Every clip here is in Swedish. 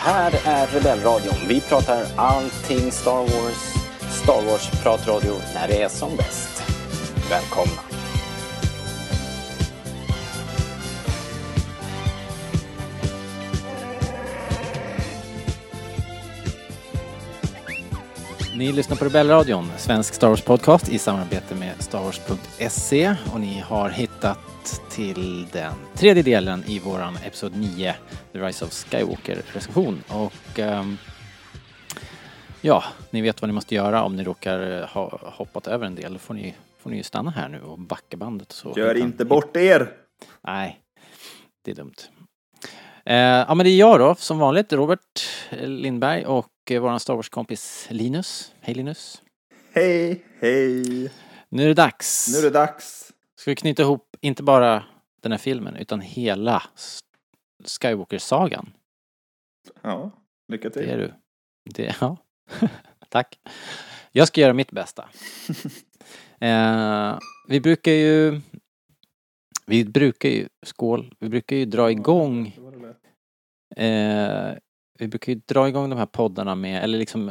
här är Rebellradion. Vi pratar allting Star Wars. Star Wars-pratradio när det är som bäst. Välkomna. Ni lyssnar på Rebellradion, svensk Star Wars-podcast i samarbete med starwars.se. Och ni har hittat till den tredje delen i våran episod 9, The Rise of Skywalker-recension. Och ja, ni vet vad ni måste göra om ni råkar ha hoppat över en del. Då får ni ju stanna här nu och backa bandet. Och så. Gör inte bort er! Nej, det är dumt. Ja, men det är jag då, som vanligt, Robert Lindberg och våran Star Wars-kompis Linus. Hej Linus. Hej, hej. Nu är det dags. Ska vi knyta ihop inte bara den här filmen utan hela Skywalker-sagan? Ja, lycka till. Det är du. Ja, tack. Jag ska göra mitt bästa. Vi brukar ju dra igång vi brukar ju dra igång de här poddarna med, eller liksom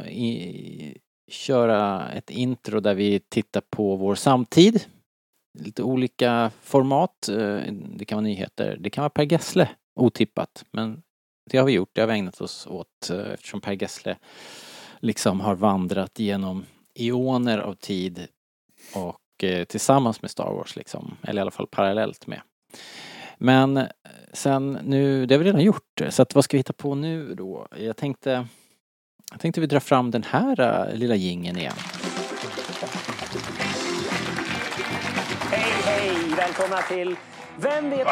köra ett intro där vi tittar på vår samtid. Lite olika format. Det kan vara nyheter. Det kan vara Per Gessle, otippat. Men det har vi gjort. Det har vi ägnat oss åt eftersom Per Gessle liksom har vandrat genom eoner av tid och tillsammans med Star Wars liksom. Eller i alla fall parallellt med. Men sen nu, det har vi redan gjort. Så att vad ska vi hitta på nu då? Jag tänkte vi drar fram den här lilla jingeln igen. Hej, välkomna till Vem vet...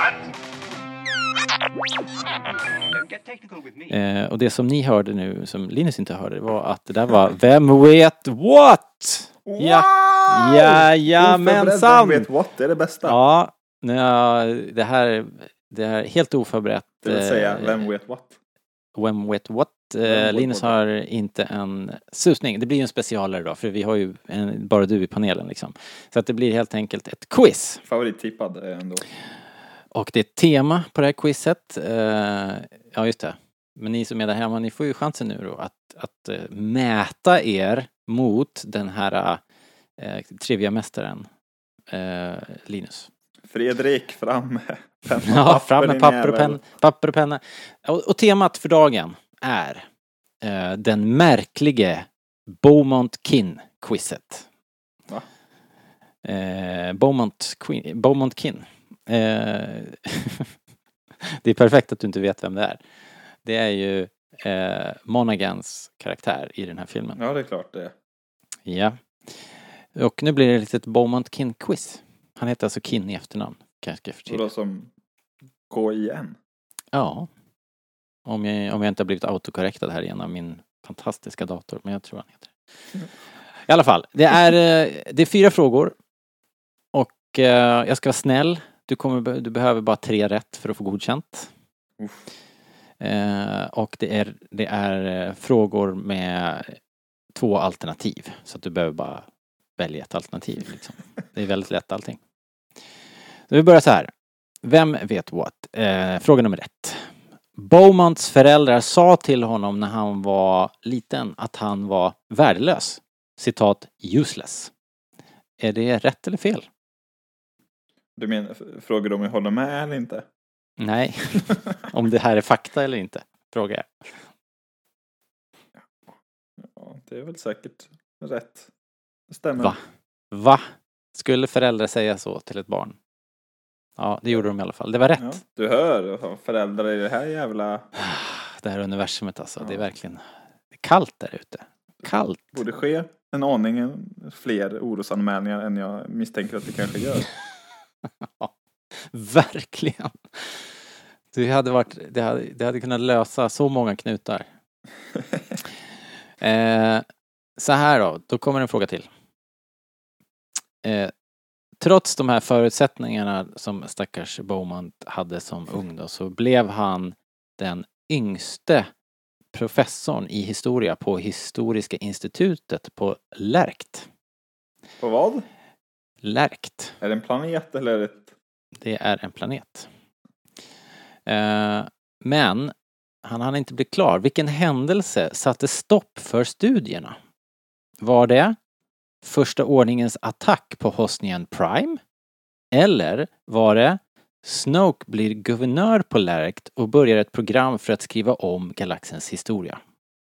och det som ni hörde nu, som Linus inte hörde, var att det där var Vem vet what? Wow! Jajamensan! Vem vet what, det är det bästa. Ja, det här är helt oförberett. Det vill säga, vem vet what? Vem vet what? Linus har inte en susning. Det blir ju en specialare då, för vi har ju bara du i panelen liksom. Så att det blir helt enkelt ett quiz. Favorittippad ändå. Och det är ett tema på det här quizet. Ja, just det. Men ni som är där hemma, ni får ju chansen nu då att mäta er mot den här triviamästaren Linus. Fredrik, fram med penna. Ja, fram med papper och penna. Och temat för dagen är den märklige Beaumont-Kin-quizet. Va? Beaumont-Kin. Det är perfekt att du inte vet vem det är. Det är ju Monagans karaktär i den här filmen. Ja, det är klart det. Ja. Och nu blir det ett litet Beaumont-Kin-quiz. Han heter alltså Kin i efternamn. Och då som K-I-N? Ja. Om jag inte har blivit autokorrektad här igen av min fantastiska dator. Men jag tror han heter. I alla fall. Det är 4 frågor. Och jag ska vara snäll. Du behöver bara 3 rätt för att få godkänt. Och det är frågor med 2 alternativ. Så att du behöver bara välja ett alternativ. Liksom. Det är väldigt lätt allting. Så vi börjar så här. Vem vet what? Fråga nummer 1. Beaumonts föräldrar sa till honom när han var liten att han var värdelös. Citat, useless. Är det rätt eller fel? Du menar, frågar du om jag håller med eller inte? Nej, om det här är fakta eller inte, frågar jag. Ja, det är väl säkert rätt. Det stämmer. Va? Skulle föräldrar säga så till ett barn? Ja, det gjorde de i alla fall. Det var rätt. Ja, du hör, föräldrar i det här jävla... Det här universumet alltså. Ja. Det är verkligen kallt där ute. Kallt. Borde ske en aning fler orosanmälningar än jag misstänker att det kanske gör. Ja, verkligen. Det hade kunnat lösa så många knutar. Så här då kommer en fråga till. Trots de här förutsättningarna som stackars Beaumont hade som ung då, så blev han den yngste professorn i historia på Historiska institutet på Lerkt. På vad? Lerkt. Är det en planet eller ett... Det är en planet. Men han hann inte bli klar. Vilken händelse satte stopp för studierna? Var det första ordningens attack på Hosnian Prime? Eller var det Snoke blir guvernör på Lärkt och börjar ett program för att skriva om galaxens historia?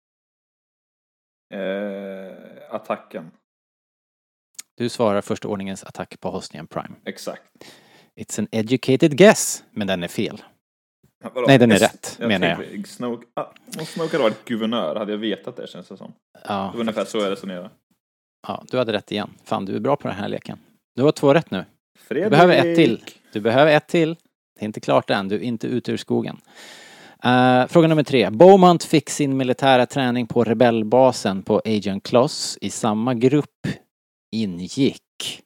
Attacken. Du svarar första ordningens attack på Hosnian Prime. Exakt. It's an educated guess, men den är fel. Nej, den är rätt, menar jag. Om Snoke hade varit guvernör hade jag vetat det, känns det som. Ja, det var ungefär så jag resonerar. Ja, du hade rätt igen. Fan, du är bra på den här leken. Du har 2 rätt nu. Fredrik. Du behöver ett till. Det är inte klart än. Du är inte ute ur skogen. Fråga nummer 3. Beaumont fick sin militära träning på rebellbasen på Ajan Kloss. I samma grupp ingick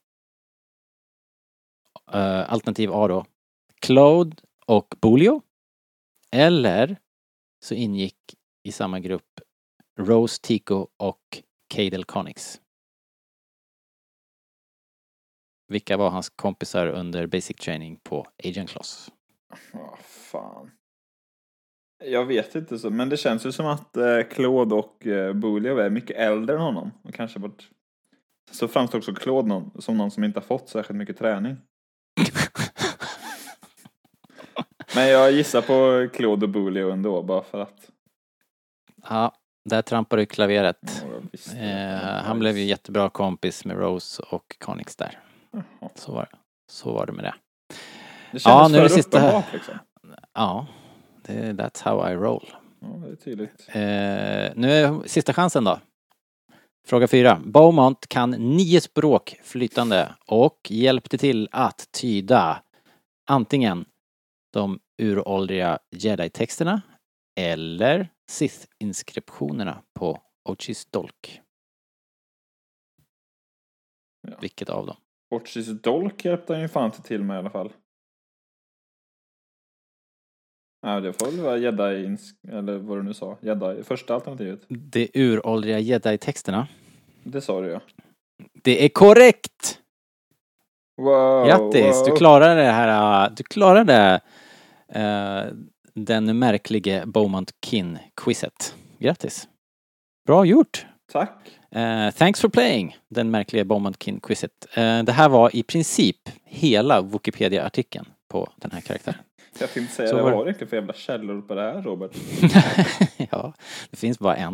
alternativ A då. Claude och Bulio. Eller så ingick i samma grupp Rose Tico och Cadel Connix. Vilka var hans kompisar under basic training på Ajan Kloss? Fan. Jag vet inte så, men det känns ju som att Claude och Bulio är mycket äldre än honom. Och kanske varit... Så framstår också Claude som någon som inte har fått särskilt mycket träning. Men jag gissar på Claude och Bulio ändå, bara för att... Ja, där trampar du klaveret. Han blev ju jättebra kompis med Rose och Connix där. Så var det med det. Det kändes för uppenbart liksom. Ja, that's how I roll. Ja, det är tydligt. Nu är sista chansen då. Fråga 4. Beaumont kan 9 språk flytande och hjälpte till att tyda antingen de uråldriga Jedi-texterna eller Sith-inskriptionerna på Ochis dolk. Ja. Vilket av dem? Ochis dolk hjälpte han ju fan inte till med i alla fall. Nej, det får väl vara Jedi, eller vad du nu sa. Jedi, första alternativet. De uråldriga Jedi-texterna. Det sa du, ja. Det är korrekt! Wow! Grattis, wow. Du klarade det här. Du klarade den märkliga Beaumont-Kin-quizet. Grattis. Bra gjort. Tack. Thanks for playing. Den märkliga Beaumont-Kin-quizet. Det här var i princip hela Wikipedia-artikeln på den här karaktären. Jag tänkte säga, det var inte för jävla källor på det här, Robert. Ja, det finns bara en.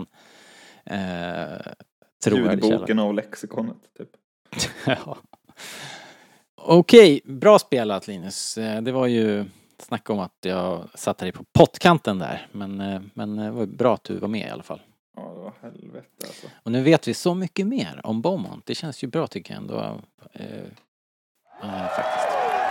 Ljudboken av lexikonet, typ. Ja. Okej, bra spelat Linus. Det var ju snack om att jag satte dig på pottkanten där. Men det var bra att du var med i alla fall. Ja, det var helvete alltså. Och nu vet vi så mycket mer om Beaumont. Det känns ju bra tycker jag ändå. Faktiskt.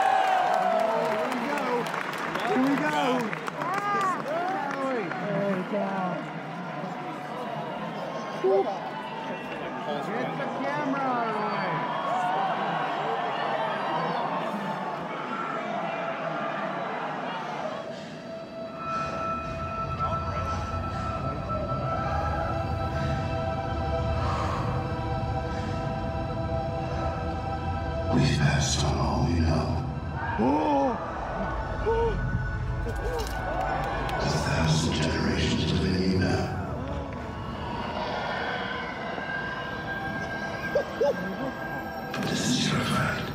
We've passed on all we know. 1,000 generations within you now. This is your fight.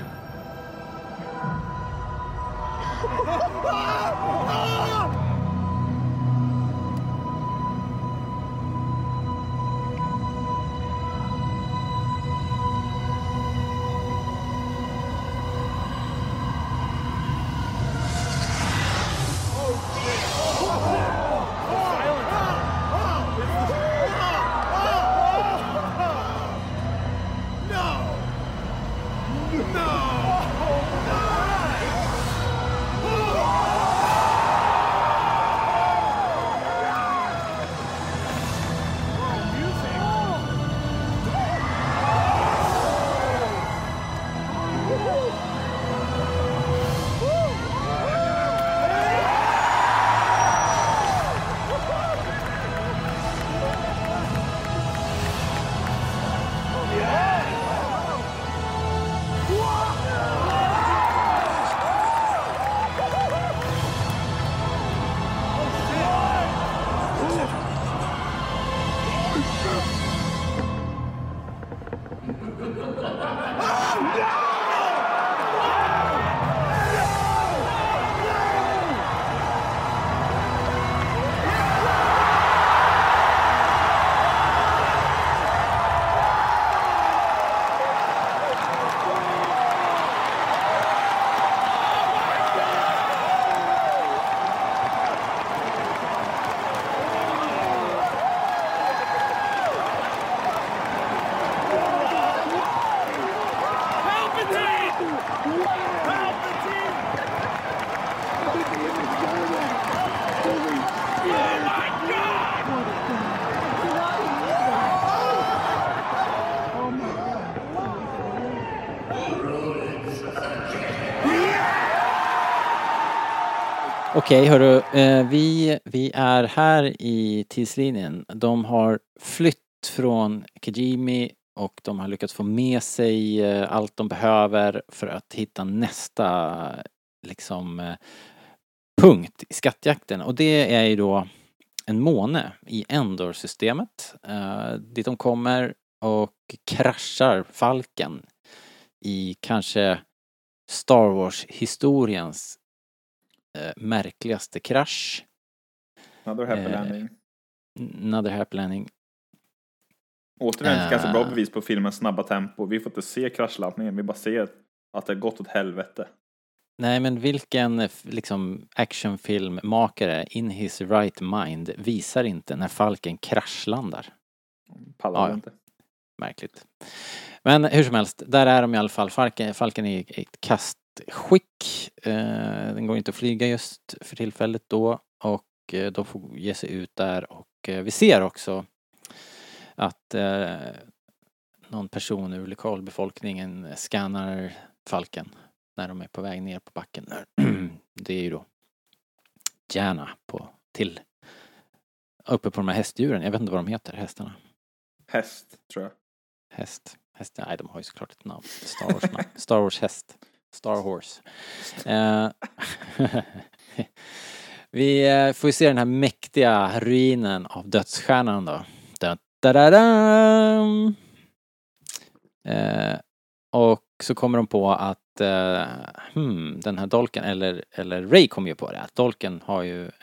Okej, hörru. Vi är här i tidslinjen. De har flytt från Kijimi och de har lyckats få med sig allt de behöver för att hitta nästa liksom punkt i skattjakten. Och det är ju då en måne i Endor-systemet. Dit de kommer och kraschar Falken i kanske Star Wars-historiens märkligaste krasch. Another happy landing. Another happy landing. Återigen ett ganska bra bevis på filmens snabba tempo. Vi får inte se kraschlandningen, vi bara ser att det har gått åt helvete. Nej, men vilken liksom actionfilmmakare in his right mind visar inte när Falken kraschlandar? Pallar inte. Märkligt. Men hur som helst, där är de i alla fall. Falken är i ett kastskick. Den går inte att flyga just för tillfället då. Och de får ge sig ut där. Och vi ser också att någon person ur lokalbefolkningen scannar Falken när de är på väg ner på backen. Det är ju då Jana uppe på de här hästdjuren. Jag vet inte vad de heter, hästarna. Häst, tror jag. Häst. Nej, de har ju såklart ett namn. Star Wars häst. Star Horse. Vi får ju se den här mäktiga ruinen av dödsstjärnan då. Och så kommer de på att den här dolken, eller Rey kommer ju på det, att dolken har ju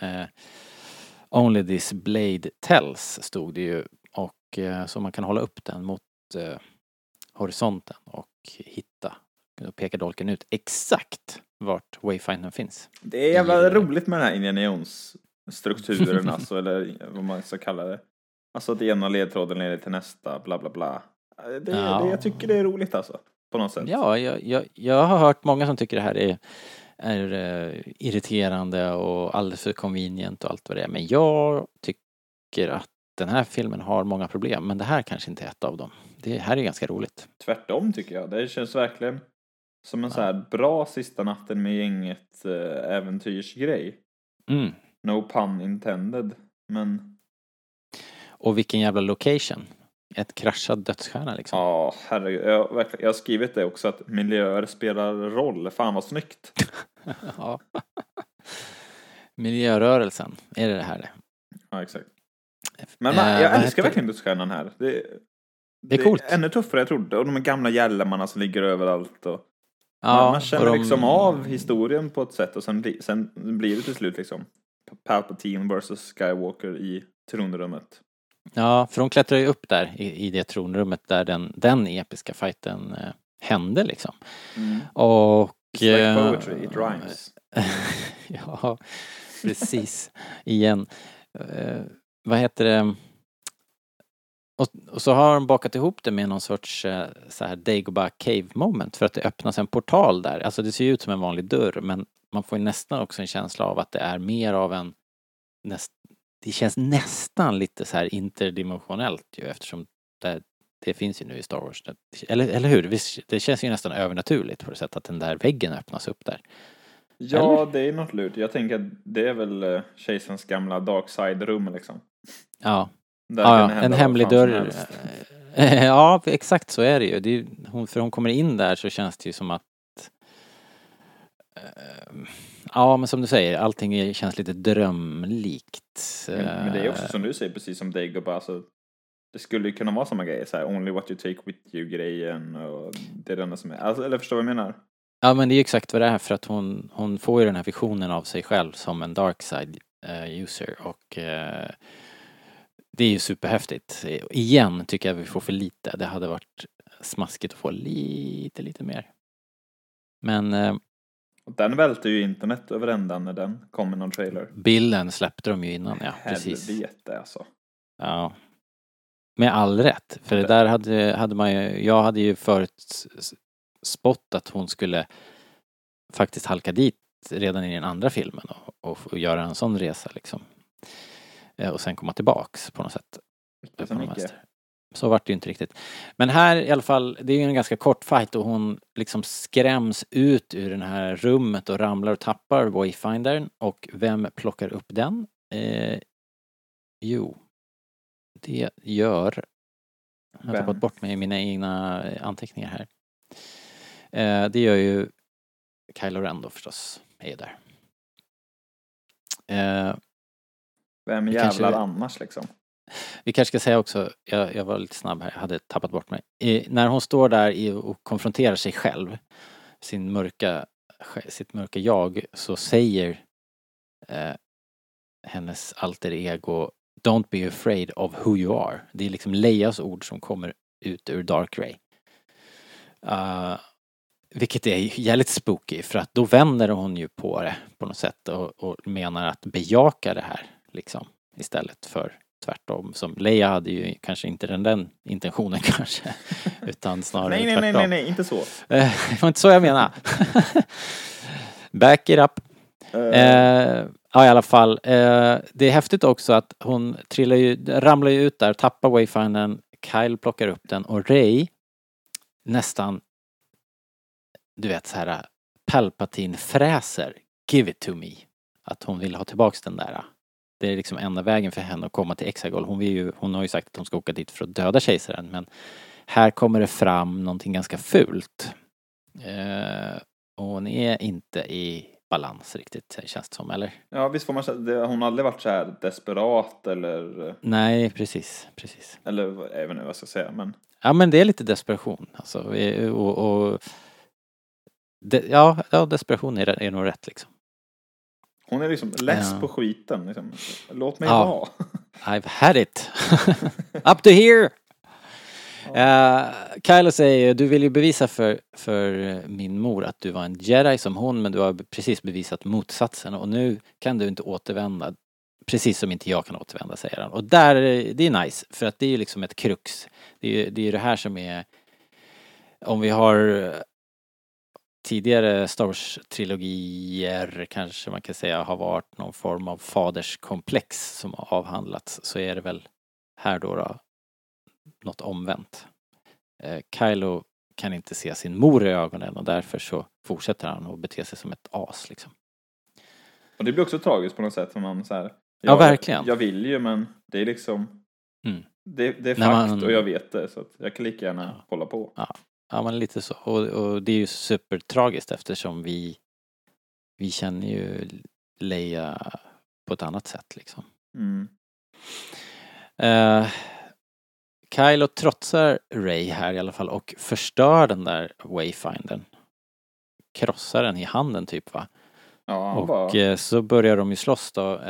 Only this blade tells, stod det ju, och så man kan hålla upp den mot horisonten och hitta, och pekar dolken ut exakt vart wayfindern finns. Det är jävla roligt med den här Indiana Jones-strukturen alltså, eller vad man ska kalla det. Alltså att ena ledtråden leder till nästa, bla bla bla. Jag tycker det är roligt alltså, på något sätt. Ja, jag har hört många som tycker det här är irriterande och alldeles för convenient och allt vad det är. Men jag tycker att den här filmen har många problem, men det här kanske inte är ett av dem. Det här är ganska roligt. Tvärtom tycker jag. Det känns verkligen som en så här bra sista natten med gänget äventyrsgrej. Mm. No pun intended, men... Och vilken jävla location. Ett kraschad dödsstjärna liksom. Ja, herregud. Jag har skrivit det också, att miljöer spelar roll. Fan vad snyggt. Ja. Miljörörelsen, är det här det? Ja, exakt. Men jag älskar verkligen dödsstjärnan här. Det är coolt. Ännu tuffare jag trodde. Och de gamla hjälmarna som ligger överallt. Och man känner liksom av historien på ett sätt. Och sen blir det till slut liksom Palpatine versus Skywalker i tronrummet. Ja, för de klättrar ju upp där i det tronrummet där den episka fighten hände liksom. Mm. Och... It's like poetry, it rhymes. Ja, precis. Igen. Vad heter det? Och så har de bakat ihop det med någon sorts så här Dagobah Cave moment, för att det öppnas en portal där. Alltså det ser ju ut som en vanlig dörr, men man får ju nästan också en känsla av att det är mer av en det känns nästan lite så här interdimensionellt ju, eftersom det finns ju nu i Star Wars. Eller hur? Det känns ju nästan övernaturligt på det sättet att den där väggen öppnas upp där. Ja, eller? Det är något lurt. Jag tänker att det är väl Kejsarens gamla Darkside-rum liksom. Ja. Där en hemlig dörr. Ja, exakt så är det ju. För hon kommer in där så känns det ju som att ja, men som du säger, allting känns lite drömlikt. Men det är också som du säger, precis som Dagobah, alltså, det skulle ju kunna vara samma grej, så här, only what you take with you-grejen, och det är den som är, alltså, eller förstår vad jag menar? Ja, men det är ju exakt vad det är, för att hon får ju den här visionen av sig själv som en darkside user, och det är ju superhäftigt. Igen tycker jag vi får för lite. Det hade varit smaskigt att få lite mer. Men den välte ju internet över ändan när den kom med någon trailer. Bilden släppte de ju innan, ja, precis. Helvete alltså. Ja. Med all rätt. För det där hade man ju, jag hade ju förut spott att hon skulle faktiskt halka dit redan i den andra filmen och göra en sån resa liksom. Och sen komma tillbaks på något sätt. Så var det ju inte riktigt. Men här i alla fall, det är ju en ganska kort fight och hon liksom skräms ut ur det här rummet och ramlar och tappar Wayfindern. Och vem plockar upp den? Jo, det gör... Jag har tappat bort mig i mina egna anteckningar här. Det gör ju Kylo Ren då förstås, är där. Vem jävlar annars liksom? Vi kanske ska säga också, jag var lite snabb här, jag hade tappat bort mig. När hon står där och konfronterar sig själv, sitt mörka jag, så säger hennes alter ego "Don't be afraid of who you are". Det är liksom Leias ord som kommer ut ur Dark Ray. Vilket är jävligt spooky, för att då vänder hon ju på det på något sätt och menar att bejaka det här liksom, istället för tvärtom. Som Leia hade ju kanske inte den intentionen kanske, utan snarare tvärtom. Nej, inte så. Det var inte så jag menar. Back it up. Ja, i alla fall. Det är häftigt också att hon ramlar ju ut där, tappar Wayfindern, Kyle plockar upp den och Rey nästan, du vet, så här Palpatine-fräser "Give it to me". Att hon vill ha tillbaks den där. Det är liksom enda vägen för henne att komma till Exegol. Hon har ju sagt att hon ska åka dit för att döda kejsaren, men här kommer det fram någonting ganska fult. Och hon är inte i balans riktigt, känns det som, eller? Ja, visst får man säga, hon har aldrig varit så här desperat eller... Nej, precis. Eller jag vet inte vad jag ska säga, men... Ja, men det är lite desperation. Alltså, desperation är nog rätt liksom. Hon är liksom less på skiten. Liksom. Låt mig vara. I've had it. Up to here. Kylo säger, du vill ju bevisa för min mor att du var en Jedi som hon, men du har precis bevisat motsatsen och nu kan du inte återvända. Precis som inte jag kan återvända, säger han. Och det är nice, för att det är ju liksom ett krux. Det är ju det här som är, om vi har tidigare Star Wars-trilogier kanske man kan säga har varit någon form av faderskomplex som har avhandlats, så är det väl här då något omvänt. Kylo kan inte se sin mor i ögonen och därför så fortsätter han att bete sig som ett as liksom. Och det blir också tragiskt på något sätt, som man så här, ja, verkligen. Jag vill ju, men det är liksom det är fakt och jag vet det, så att jag kan lika gärna hålla på. Ja, men lite så. Och det är ju supertragiskt eftersom vi känner ju Leia på ett annat sätt liksom. Kylo trotsar Rey här i alla fall och förstör den där Wayfindern. Krossar den i handen typ, va? Ja, och så börjar de ju slåss då.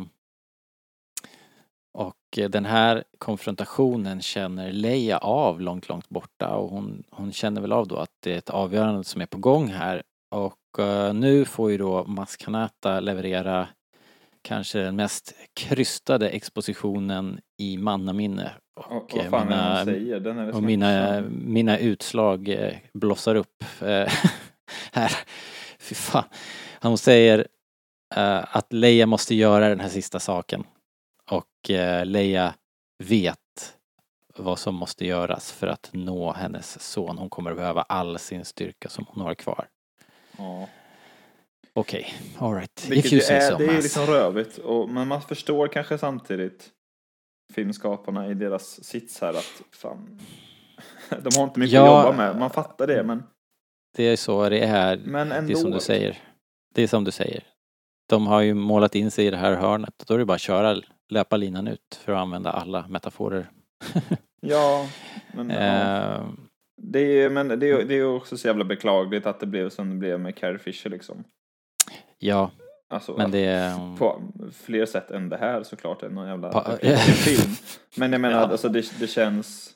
Och den här konfrontationen känner Leia av långt borta och hon känner väl av då att det är ett avgörande som är på gång här. Och nu får ju då Maz Kanata leverera kanske den mest krystade expositionen i mannaminne. Och vad fan är det han säger? Den är och mina utslag blossar upp här. Fy fan. Han säger att Leia måste göra den här sista saken. Och Leia vet vad som måste göras för att nå hennes son. Hon kommer att behöva all sin styrka som hon har kvar. Ja. Okej, all right. Det är liksom rövigt. Men man förstår kanske samtidigt filmskaparna i deras sits här att fan, de har inte mycket att jobba med. Man fattar det, men... Det är så det är. Men ändå. Det är som du säger. Det är som du säger. De har ju målat in sig i det här hörnet. Då är det bara att köra, löpa linan ut för att använda alla metaforer. Ja, men... Det är också så jävla beklagligt att det blev som det blev med Carrie Fisher liksom. Ja, alltså, men det... På fler sätt än det här såklart, än någon jävla film. Men jag menar, alltså det känns...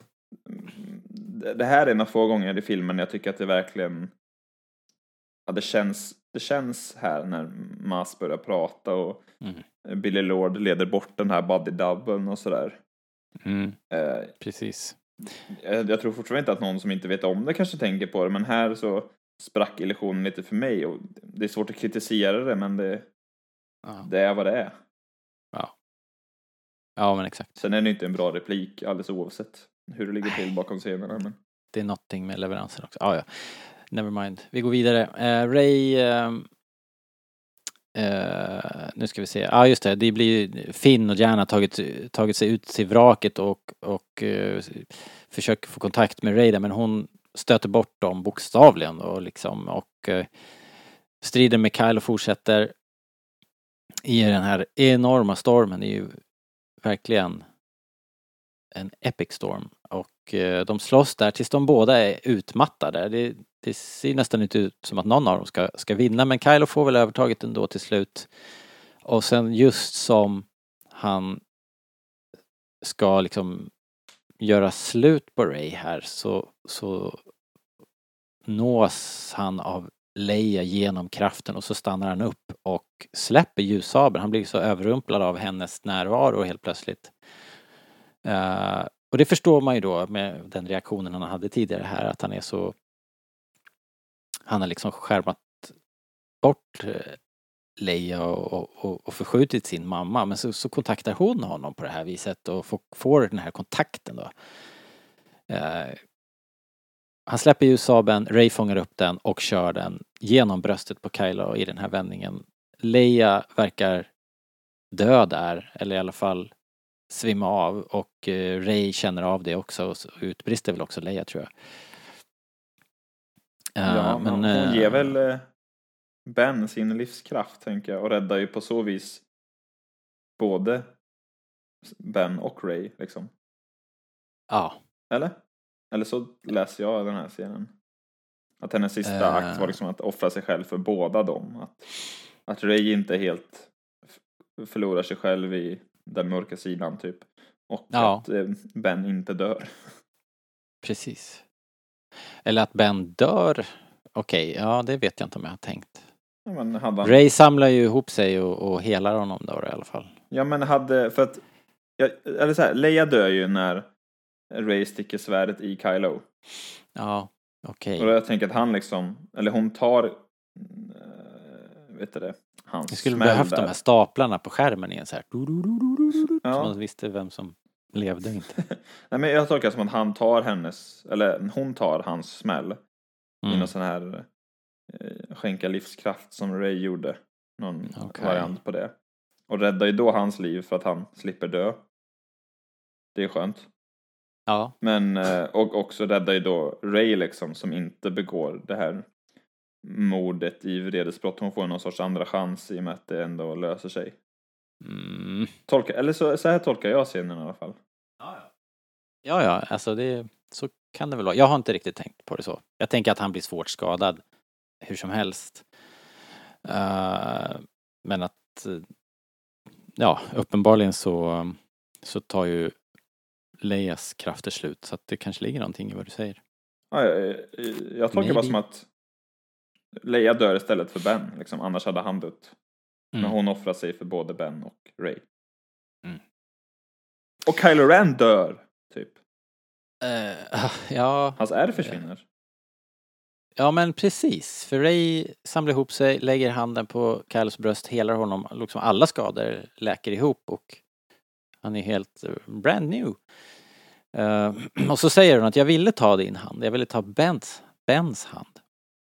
Det här är en av få gånger i filmen jag tycker att det verkligen... Ja, det känns här när Maz börjar prata och Billy Lord leder bort den här body-doublen och sådär. Precis. Jag tror fortfarande inte att någon som inte vet om det kanske tänker på det, men här så sprack illusionen lite för mig och det är svårt att kritisera det, men det är vad det är. Ja. Ja, men exakt. Sen är det inte en bra replik alldeles oavsett hur det ligger till bakom scenerna. Men... Det är någonting med leveransen också. Ja. Never mind. Vi går vidare. Ray... nu ska vi se. Ja, just det. Det blir Finn och Jana tagit sig ut till vraket och försöker få kontakt med Ray där, men hon stöter bort dem bokstavligen och liksom, och striden med Kylo fortsätter i den här enorma stormen. Det är ju verkligen en epic storm, och de slåss där tills de båda är utmattade. Det ser nästan inte ut som att någon av dem ska vinna, men Kylo får väl övertaget ändå till slut. Och sen just som han ska liksom göra slut på Ray här, så nås han av Leia genom kraften, och så stannar han upp och släpper ljussabeln. Han blir så överrumplad av hennes närvaro helt plötsligt. Och det förstår man ju då med den reaktionen han hade tidigare här, att han har liksom skärmat bort Leia och förskjutit sin mamma, men så kontaktar hon honom på det här viset och får den här kontakten då. Han släpper ljussabeln, Ray fångar upp den och kör den genom bröstet på Kylo i den här vändningen. Leia verkar dö där, eller i alla fall svimma av, och Ray känner av det också och utbrister väl också Leia, tror jag. Ja, men hon ger väl Ben sin livskraft, tänker jag, och räddar ju på så vis både Ben och Ray, liksom. Ja. Eller så läser jag den här scenen. Att hennes sista akt var liksom att offra sig själv för båda dem. Att Ray inte helt förlorar sig själv i den mörka sidan, typ. Och att Ben inte dör. Precis. Eller att Ben dör. Okej, ja, det vet jag inte om jag har tänkt. Ja, men Ray samlar ju ihop sig och helar honom då i alla fall. Ja, men för att... eller så här, Leia dör ju när Ray sticker svärdet i Kylo. Ja, okej. Och jag tänker att han liksom... Eller hon tar... vet du det? Hans Jag skulle smäll behövt där. de här staplarna på skärmen igen så här. Ja. Så man visste vem som levde inte. Nej, men jag tolkar som att han tar hennes... Eller hon tar hans smäll. I någon sån här... skänka livskraft som Ray gjorde. Någon variant på det. Och räddar ju då hans liv för att han slipper dö. Det är skönt. Ja. Men, och också räddar ju då Ray liksom, som inte begår det här mordet i vredesbrott. Hon får någon sorts andra chans i och med att det ändå löser sig. Eller så här tolkar jag scenen i alla fall. Ja, alltså så kan det väl vara. Jag har inte riktigt tänkt på det så. Jag tänker att han blir svårt skadad hur som helst. Men att uppenbarligen så tar ju Leias krafter slut, så att det kanske ligger någonting i vad du säger. Ja, jag tolkar bara som att Leia dör istället för Ben, liksom. Annars hade han dött. Men hon offrar sig för både Ben och Ray. Och Kylo Ren dör, typ. Ja. Hans ärr försvinner. Ja, men precis. För Ray samlar ihop sig, lägger handen på Kylos bröst, helar honom. Liksom alla skador läker ihop och han är helt brand new. Och så säger hon att jag ville ta din hand. Jag ville ta Bens hand.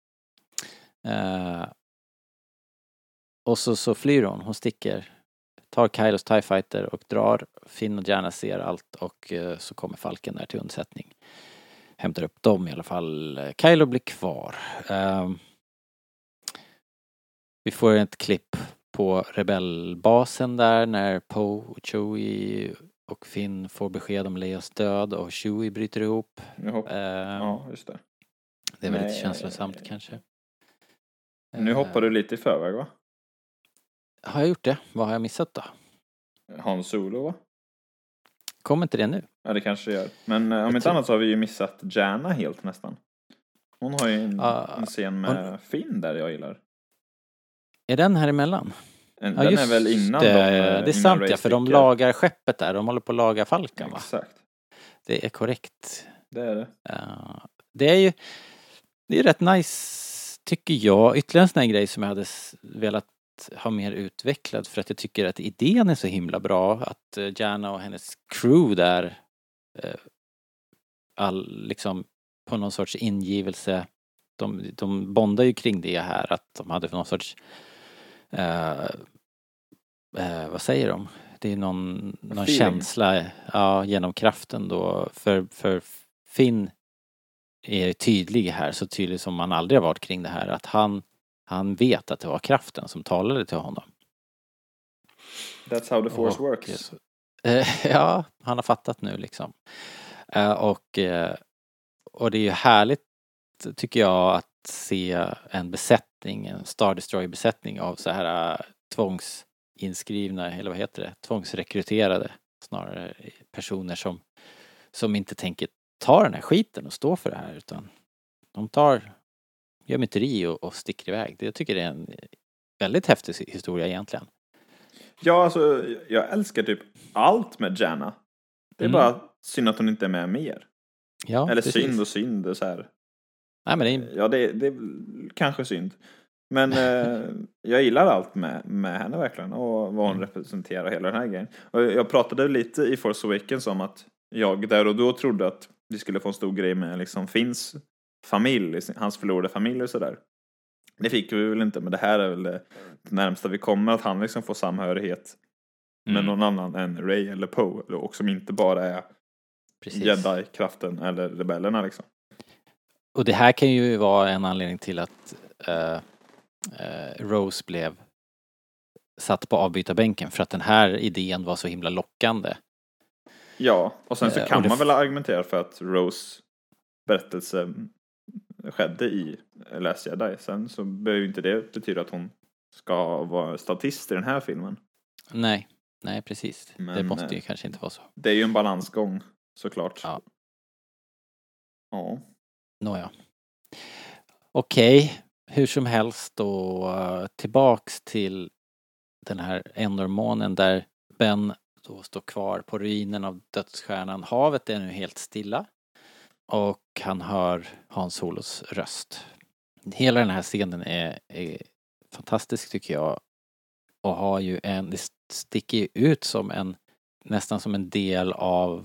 Och så flyr hon. Hon sticker. Tar Kylos TIE Fighter och drar. Finn och Jana ser allt och så kommer Falken där till undsättning. Hämtar upp dem i alla fall. Kylo blir kvar. Vi får ett klipp på rebellbasen där när Poe, Chewie och Finn får besked om Leias död och Chewie bryter ihop. Ja, just det. Det är väldigt känslosamt kanske. Nu hoppar du lite i förväg, va? Har jag gjort det? Vad har jag missat då? Han Solo, va? Kommer inte det nu? Ja, det kanske gör. Men om inte annat så har vi ju missat Jana helt nästan. Hon har ju en scen med Finn där jag gillar. Är den här emellan? Den är väl innan det är sant, ja, för de lagar skeppet där. De håller på att laga Falken, va? Exakt. Det är korrekt. Det är det. Det är rätt nice, tycker jag. Ytterligare en sån här grej som jag hade velat ha mer utvecklad för att jag tycker att idén är så himla bra att Jana och hennes crew där liksom på någon sorts ingivelse de bondar ju kring det här att de hade någon sorts vad säger de? Det är någon känsla genom kraften då för Finn är tydlig här, så tydlig som man aldrig har varit kring det här, att han vet att det var kraften som talade till honom. That's how the force works. Ja, han har fattat nu liksom. Och det är ju härligt tycker jag att se en besättning, en Star Destroyer-besättning av så här tvångsinskrivna, eller vad heter det, tvångsrekryterade snarare personer som inte tänker ta den här skiten och stå för det här, utan de gör myteri och sticker iväg. Jag tycker det är en väldigt häftig historia egentligen. Ja, alltså jag älskar typ allt med Jana. Det är bara synd att hon inte är med mer. Ja, eller precis. synd och så här. Nej, men Ja, det är kanske synd. Men jag gillar allt med henne verkligen. Och vad hon representerar, hela den här grejen. Och jag pratade lite i Force Awakens om att jag där och då trodde att vi skulle få en stor grej med liksom Finns familj, hans förlorade familj och sådär. Det fick vi väl inte, men det här är väl det närmsta vi kommer, att han liksom får samhörighet med någon annan än Rey eller Poe, och som inte bara är Jedi-kraften eller rebellerna liksom. Och det här kan ju vara en anledning till att Rose blev satt på avbytarbänken, för att den här idén var så himla lockande. Ja, och sen så kan man väl argumentera för att Rose berättelse skedde i Last Jedi. Sen så behöver inte det betyda att hon ska vara statist i den här filmen. Nej, precis. Men det måste ju kanske inte vara så. Det är ju en balansgång, såklart. Ja. Ja. Nåja. Okej, hur som helst då, tillbaks till den här Endor-månen där Ben då står kvar på ruinen av dödsstjärnan. Havet är nu helt stilla och han hör Han Solos röst. Hela den här scenen är fantastisk tycker jag, och har ju det sticker ut som nästan som en del av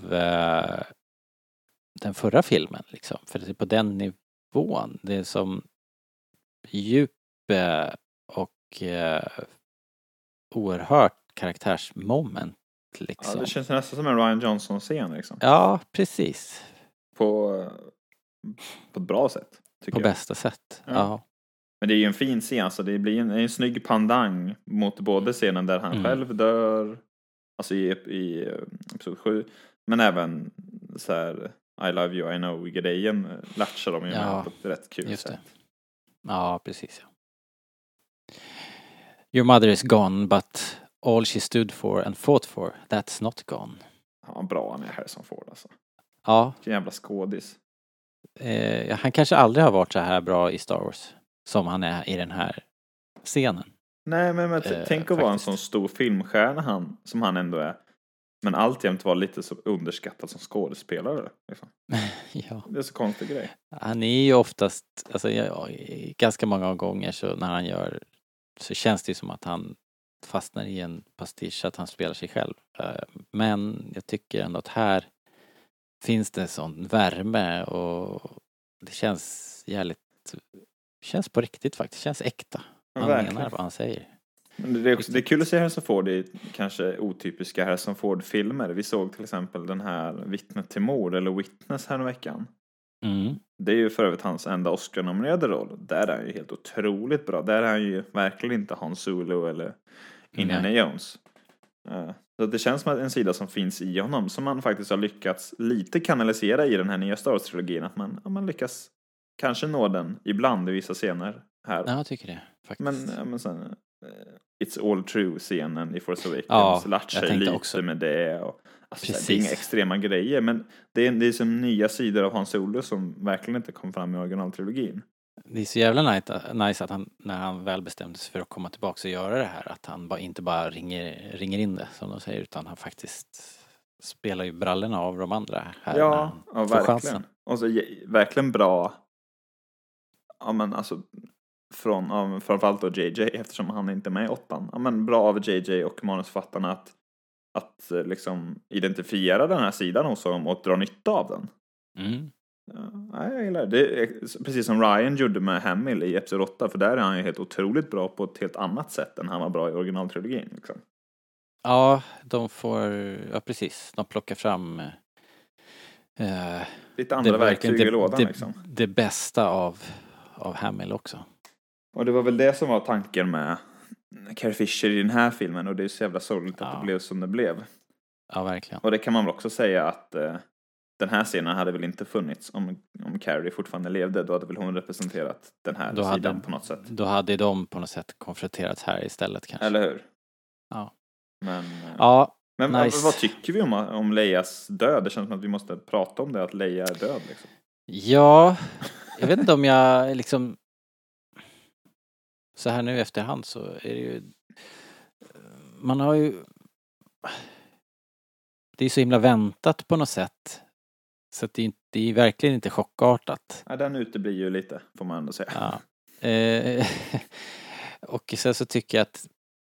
den förra filmen liksom, för det är på den nivån. Det är som djup och oerhört karaktärsmoment liksom. Ja, det känns nästan som en Rian Johnson-scen liksom. Ja, precis. På ett bra sätt, tycker på jag. Bästa sätt, ja. Men det är ju en fin scen, så det blir en snygg pandang mot både scenen där han själv dör, alltså i episod 7, men även så här I love you, I know-grejen latchar de ju med på ett rätt kul sätt. Ja, precis. Ja. Your mother is gone, but all she stood for and fought for, that's not gone. Ja, bra han är Harrison Ford alltså. Ja. Vilken jävla skådis. Han kanske aldrig har varit så här bra i Star Wars som han är i den här scenen. Nej, men tänk att vara en sån stor filmstjärna som han ändå är. Men alltjämt var lite så underskattad som skådespelare. Liksom. Ja. Det är så konstig grej. Han är ju oftast, alltså ganska många gånger så när han gör, så känns det som att han fastnar i en pastisch, att han spelar sig själv. Men jag tycker ändå att här finns det sån värme och det känns känns på riktigt faktiskt, känns äkta. Han menar vad han säger. Men det är kul att se Harrison Ford i kanske otypiska Harrison Ford-filmer. Vi såg till exempel den här Vittnet till mord, eller Witness, här en veckan. Det är ju för övrigt hans enda Oscar-nominerade roll. Där är han ju helt otroligt bra. Där är han ju verkligen inte Han Solo eller Indiana Jones. Så det känns som en sida som finns i honom, som man faktiskt har lyckats lite kanalisera i den här nya Star Wars-trilogin. Att man lyckas kanske nå den ibland i vissa scener här. Ja, jag tycker det faktiskt. Men sen It's All True-scenen i Force Awakens latchar lite också med det. Och, alltså, det är inga extrema grejer, men det är som nya sidor av Han Solo som verkligen inte kom fram i originaltrilogin. Det är så jävla nice att han, när han väl bestämde sig för att komma tillbaka och göra det här, att han inte bara ringer in det, som de säger, utan han faktiskt spelar ju brallorna av de andra här. Ja, verkligen. Och så verkligen bra, ja men alltså framförallt då JJ, eftersom han inte är med i 8. Ja, men bra av JJ och manusförfattarna att liksom identifiera den här sidan hos honom och dra nytta av den. Ja, jag gillar det. Precis som Ryan gjorde med Hamill i episod 8, för där är han ju helt otroligt bra på ett helt annat sätt än han var bra i originaltrilogin liksom. Ja, precis. De plockar fram lite andra verktyg i lådan liksom. Det bästa av Hamill också. Och det var väl det som var tanken med Carrie Fisher i den här filmen, och det är så jävla sorgligt att det blev som det blev. Ja, verkligen. Och det kan man väl också säga att den här scenen hade väl inte funnits om Carrie fortfarande levde. Då hade väl hon representerat den här sidan på något sätt. Då hade de på något sätt konfronterats här istället kanske. Eller hur? Ja. Men nice. vad tycker vi om Leias död? Det känns som att vi måste prata om det, att Leia är död liksom. Ja, jag vet inte om jag liksom så här nu efterhand så är det ju man har ju det är så himla väntat på något sätt. Så att det är verkligen inte chockartat. Ja, den uteblir ju lite, får man ändå säga. Ja. Och sen så tycker jag att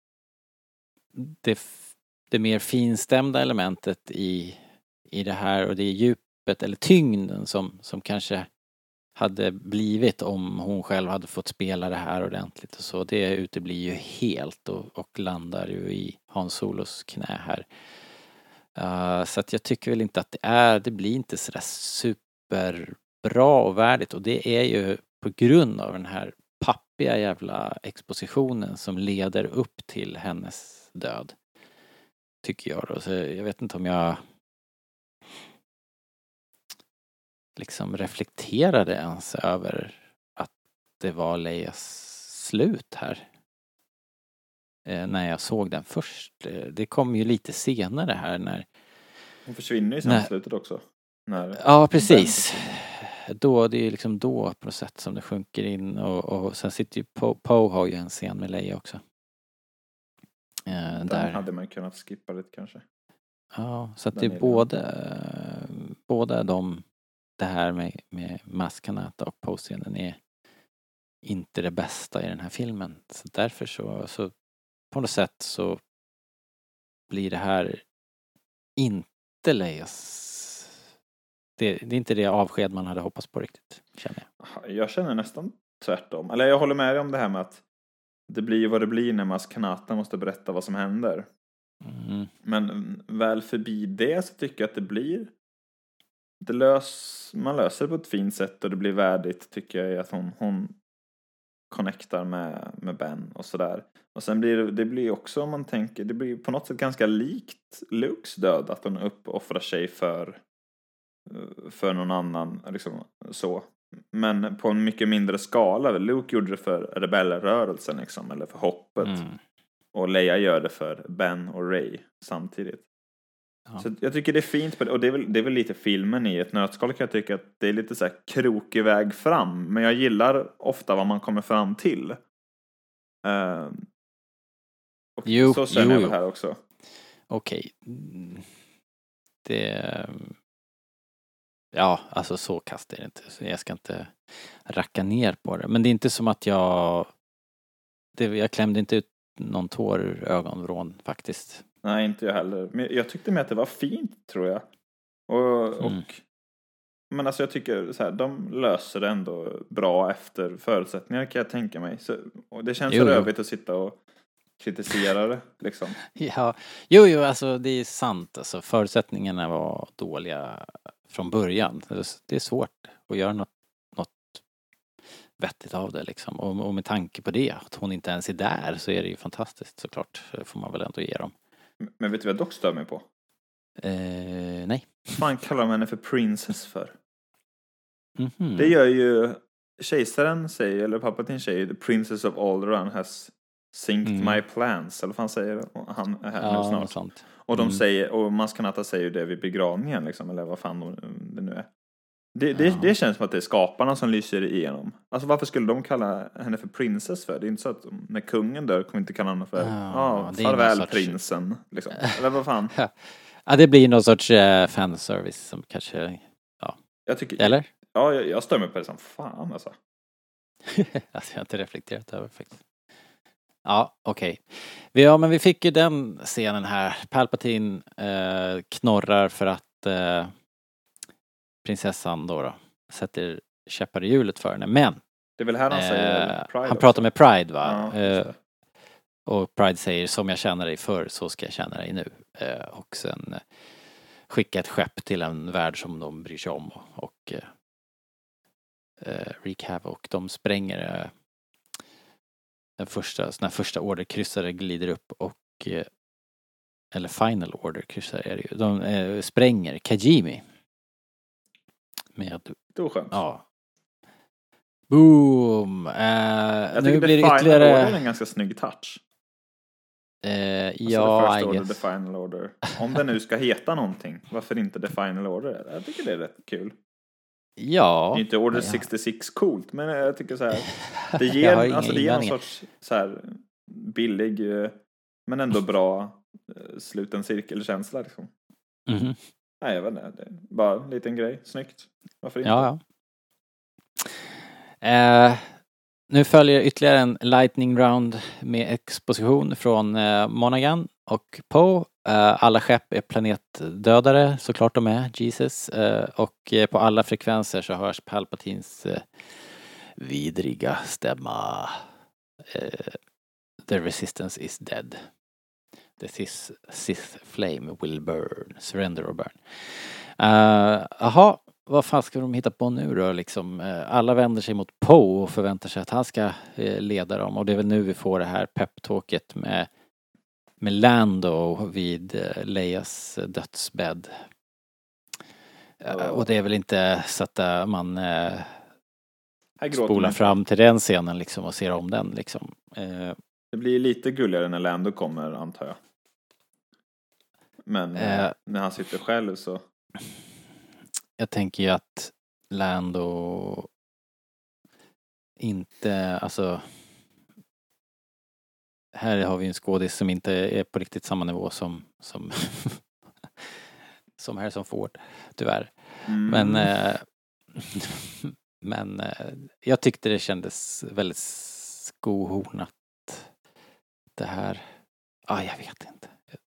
det mer finstämda elementet i det här, och det är djupet eller tyngden som kanske hade blivit om hon själv hade fått spela det här ordentligt och så. Det uteblir ju helt och landar ju i Hans Solos knä här. Så att jag tycker väl inte att det blir inte sådär superbra och värdigt, och det är ju på grund av den här pappiga jävla expositionen som leder upp till hennes död, tycker jag då. Så jag vet inte om jag liksom reflekterade ens över att det var Leias slut här. När jag såg den först. Det kom ju lite senare här när hon försvinner i samslutet också. Ja, precis. Då, det är liksom då på något sätt som det sjunker in, och sen sitter ju Poe har ju en scen med Leia också. Där hade man kunnat skippa lite kanske. Ja, så att det är båda det här med Maz Kanata och Poe-scenen är inte det bästa i den här filmen. Så därför så på något sätt så blir det här inte Leias. Det är inte det avsked man hade hoppats på riktigt, känner jag. Jag känner nästan tvärtom. Eller jag håller med dig om det här med att det blir vad det blir när Maz Kanata måste berätta vad som händer. Men väl förbi det så tycker jag att det blir man löser det på ett fint sätt, och det blir värdigt, tycker jag, att hon connectar med Ben och sådär. Och sen blir också, om man tänker, det blir på något sätt ganska likt Lukes död, att hon uppoffrar sig för någon annan liksom, så. Men på en mycket mindre skala. Luke gjorde det för rebellrörelsen liksom, eller för hoppet. Och Leia gör det för Ben och Rey samtidigt. Ja. Så jag tycker det är fint, och det är väl lite filmen i ett nötskal, kan jag tycka, att det är lite så här krokig väg fram. Men jag gillar ofta vad man kommer fram till. Och så känner jag här också. Okej. Ja, alltså så kastar det inte. Så jag ska inte racka ner på det. Men det är inte som att jag klämde inte ut någon tår ur ögonvrån faktiskt. Nej, inte jag heller. Men jag tyckte med att det var fint, tror jag. Men alltså jag tycker så här, de löser det ändå bra efter förutsättningar, kan jag tänka mig. Och det känns rövigt att sitta och kritisera det, liksom. Ja, alltså det är sant. Alltså, förutsättningarna var dåliga från början. Det är svårt att göra något vettigt av det, liksom. Och med tanke på det, att hon inte ens är där, så är det ju fantastiskt, såklart. Det får man väl ändå ge dem. Men vet du vad jag dock stör mig på? Nej. Fan kallar de henne för princess för? Det gör ju kejsaren säger, eller Palpatine säger, the princess of Alderaan has synced my plans, eller vad fan säger han är här nu snart. Sånt. Och de säger, och Maz Kanata säger ju det vid begravningen liksom, eller vad fan det nu är. Det känns som att det är skaparna som lyser igenom. Alltså varför skulle de kalla henne för princess för? Det är inte så att när kungen dör kommer inte kalla henne för farväl prinsen liksom. Eller vad fan? Ja, det blir någon sorts fanservice som kanske, jag tycker, eller? Ja, jag stör mig på det som fan alltså. Alltså jag har inte reflekterat över faktiskt. Ja, okej. Ja, men vi fick ju den scenen här. Palpatine knorrar för att prinsessan då sätter käppar i hjulet för henne. Men Det är väl här han säger Pride han också. pratar med Pride, va? Ja, just det. Och Pride säger som jag känner dig förr så ska jag känna dig nu. Och sen skicka ett skepp till en värld som de bryr sig om. Och wreak havoc. De spränger den första orderkryssare glider upp och eller final order-kryssare är det ju. De spränger Kajimi. Med, Det var skönt. ja. Boom! Jag Nu tycker blir The det Final ytterligare... Order är en ganska snygg touch. Alltså ja, the I first order, guess. the final order. Om det nu ska heta någonting, varför inte the final order? Jag tycker det är rätt kul. Ja. Det är inte order Ja. 66 coolt, men jag tycker så här. Det Jag ger, har inga alltså det ger någon invändningar. sorts så här billig, men ändå bra sluten cirkelkänsla liksom. Mhm. Nej, jag vet inte. Det är bara en liten grej. Snyggt. Varför inte? Ja, ja. Nu följer ytterligare en lightning round med exposition från Monaghan och Poe. Alla skepp är planetdödare, såklart de är, Jesus. Och på alla frekvenser så hörs Palpatines vidriga stämma. The resistance is dead. The Sith flame will burn. Surrender or burn. Jaha, vad fan ska de hitta på nu då liksom? Alla vänder sig mot Poe och förväntar sig att han ska leda dem. Och det är väl nu vi får det här peptalket med Lando vid Leias dödsbädd. Och det är väl inte så att man Här gråter spolar man. fram till den scenen liksom och ser om den liksom. Det blir lite gulligare när Lando kommer, antar jag. Men när han sitter själv så... Jag tänker ju att Lando inte, alltså här har vi en skådis som inte är på riktigt samma nivå som som Harrison Ford, tyvärr. Men jag tyckte det kändes väldigt skohornat det här. Jag vet inte.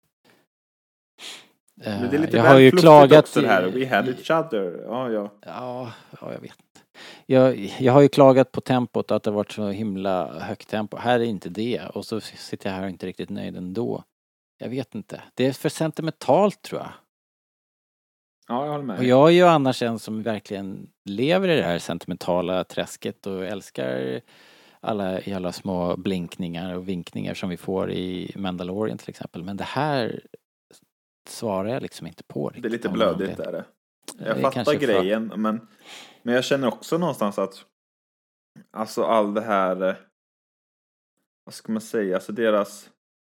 Det är lite jag har ju fluffigt klagat också det här. We had each other. Ja, jag vet inte. Jag har ju klagat på tempot att det har varit så himla högt tempo. Här är inte det. Och så sitter jag här och inte riktigt nöjd ändå. Jag vet inte. Det är för sentimentalt, tror jag. Ja, jag håller med. Och jag är ju annars en som verkligen lever i det här sentimentala träsket och älskar alla små blinkningar och vinkningar som vi får i Mandalorian till exempel. Men det här svarar jag liksom inte på riktigt. Det är lite blödigt där. Jag Det fattar kanske grejen, men jag känner också någonstans att alltså all det här, vad ska man säga, alltså deras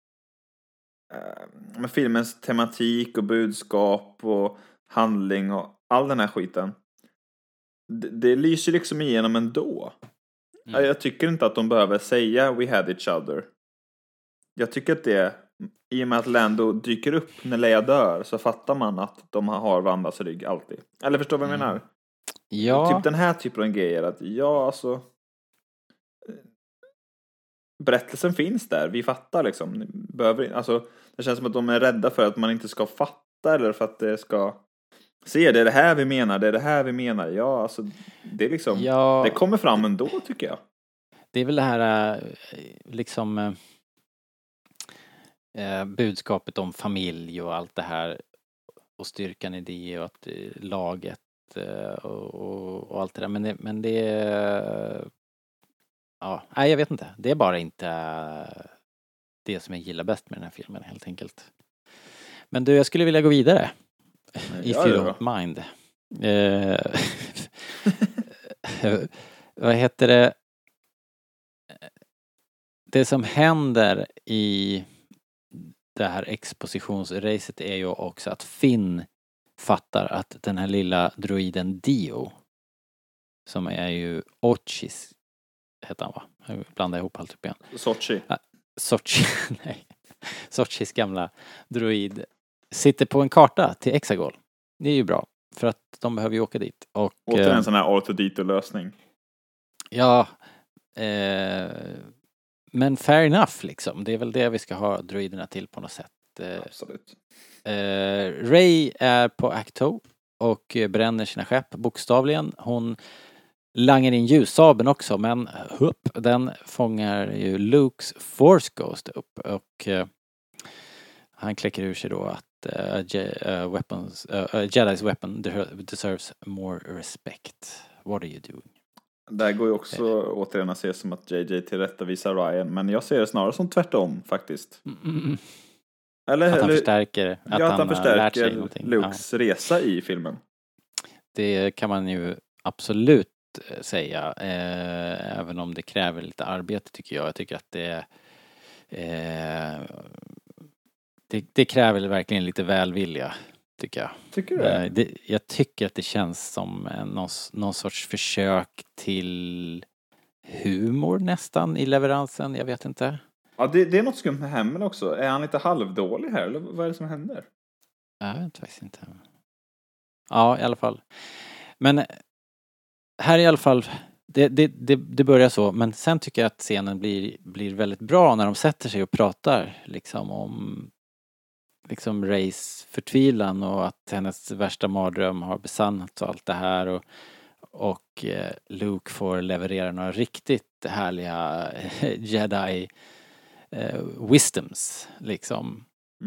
med filmens tematik och budskap och handling och all den här skiten, det lyser liksom igenom ändå. Jag tycker inte att de behöver säga we had each other. Jag tycker att det, i och med att Lando dyker upp när Leia dör, så fattar man att de har varandras rygg alltid. Eller förstår vad jag menar? Ja. Typ den här typen av grejer, att alltså berättelsen finns där, vi fattar liksom. Alltså, det känns som att de är rädda för att man inte ska fatta, eller för att det ska se, det är det här vi menar, det är det här vi menar. Ja, alltså det är liksom, det kommer fram ändå, tycker jag. Det är väl det här liksom budskapet om familj och allt det här och styrkan i det och att laget och allt det där. Men det nej, jag vet inte. Det är bara inte det som jag gillar bäst med den här filmen, helt enkelt. Men du, jag skulle vilja gå vidare. If you don't mind. Vad heter det? Det som händer i det här expositionsracet är ju också att Finn fattar att den här lilla droiden Dio, som är ju Ochis, heter han, va? Jag blandar ihop allt upp igen. Sochis gamla droid sitter på en karta till Exegol. Det är ju bra, för att de behöver ju åka dit. Och åter en sån här Arthur Dito-lösning. Ja, Men fair enough liksom. Det är väl det vi ska ha droiderna till på något sätt. Absolut. Rey är på Acto och bränner sina skepp bokstavligen. Hon langar in ljussabeln också, men den fångar ju Lukes Force Ghost upp och han kläcker ur sig då att Jedi's weapon deserves more respect. What are you doing? Det här går ju också återigen att se som att JJ tillrättavisar Ryan, men jag ser det snarare som tvärtom faktiskt. Eller, att han förstärker att han förstärker Lukes resa i filmen. Det kan man ju absolut säga, även om det kräver lite arbete tycker jag. Jag tycker att det kräver verkligen lite välvilja, tycker jag. Tycker du jag tycker att det känns som någon sorts försök till humor nästan i leveransen, jag vet inte. Ja, det är något skumt med Hamill också. Är han lite halvdålig här, eller vad är det som händer? Jag vet faktiskt inte. Ja, i alla fall. Men här i alla fall, det börjar så, men sen tycker jag att scenen blir väldigt bra när de sätter sig och pratar liksom om liksom Reys förtvivlan och att hennes värsta mardröm har besannats och allt det här och Luke får leverera några riktigt härliga Jedi wisdoms liksom.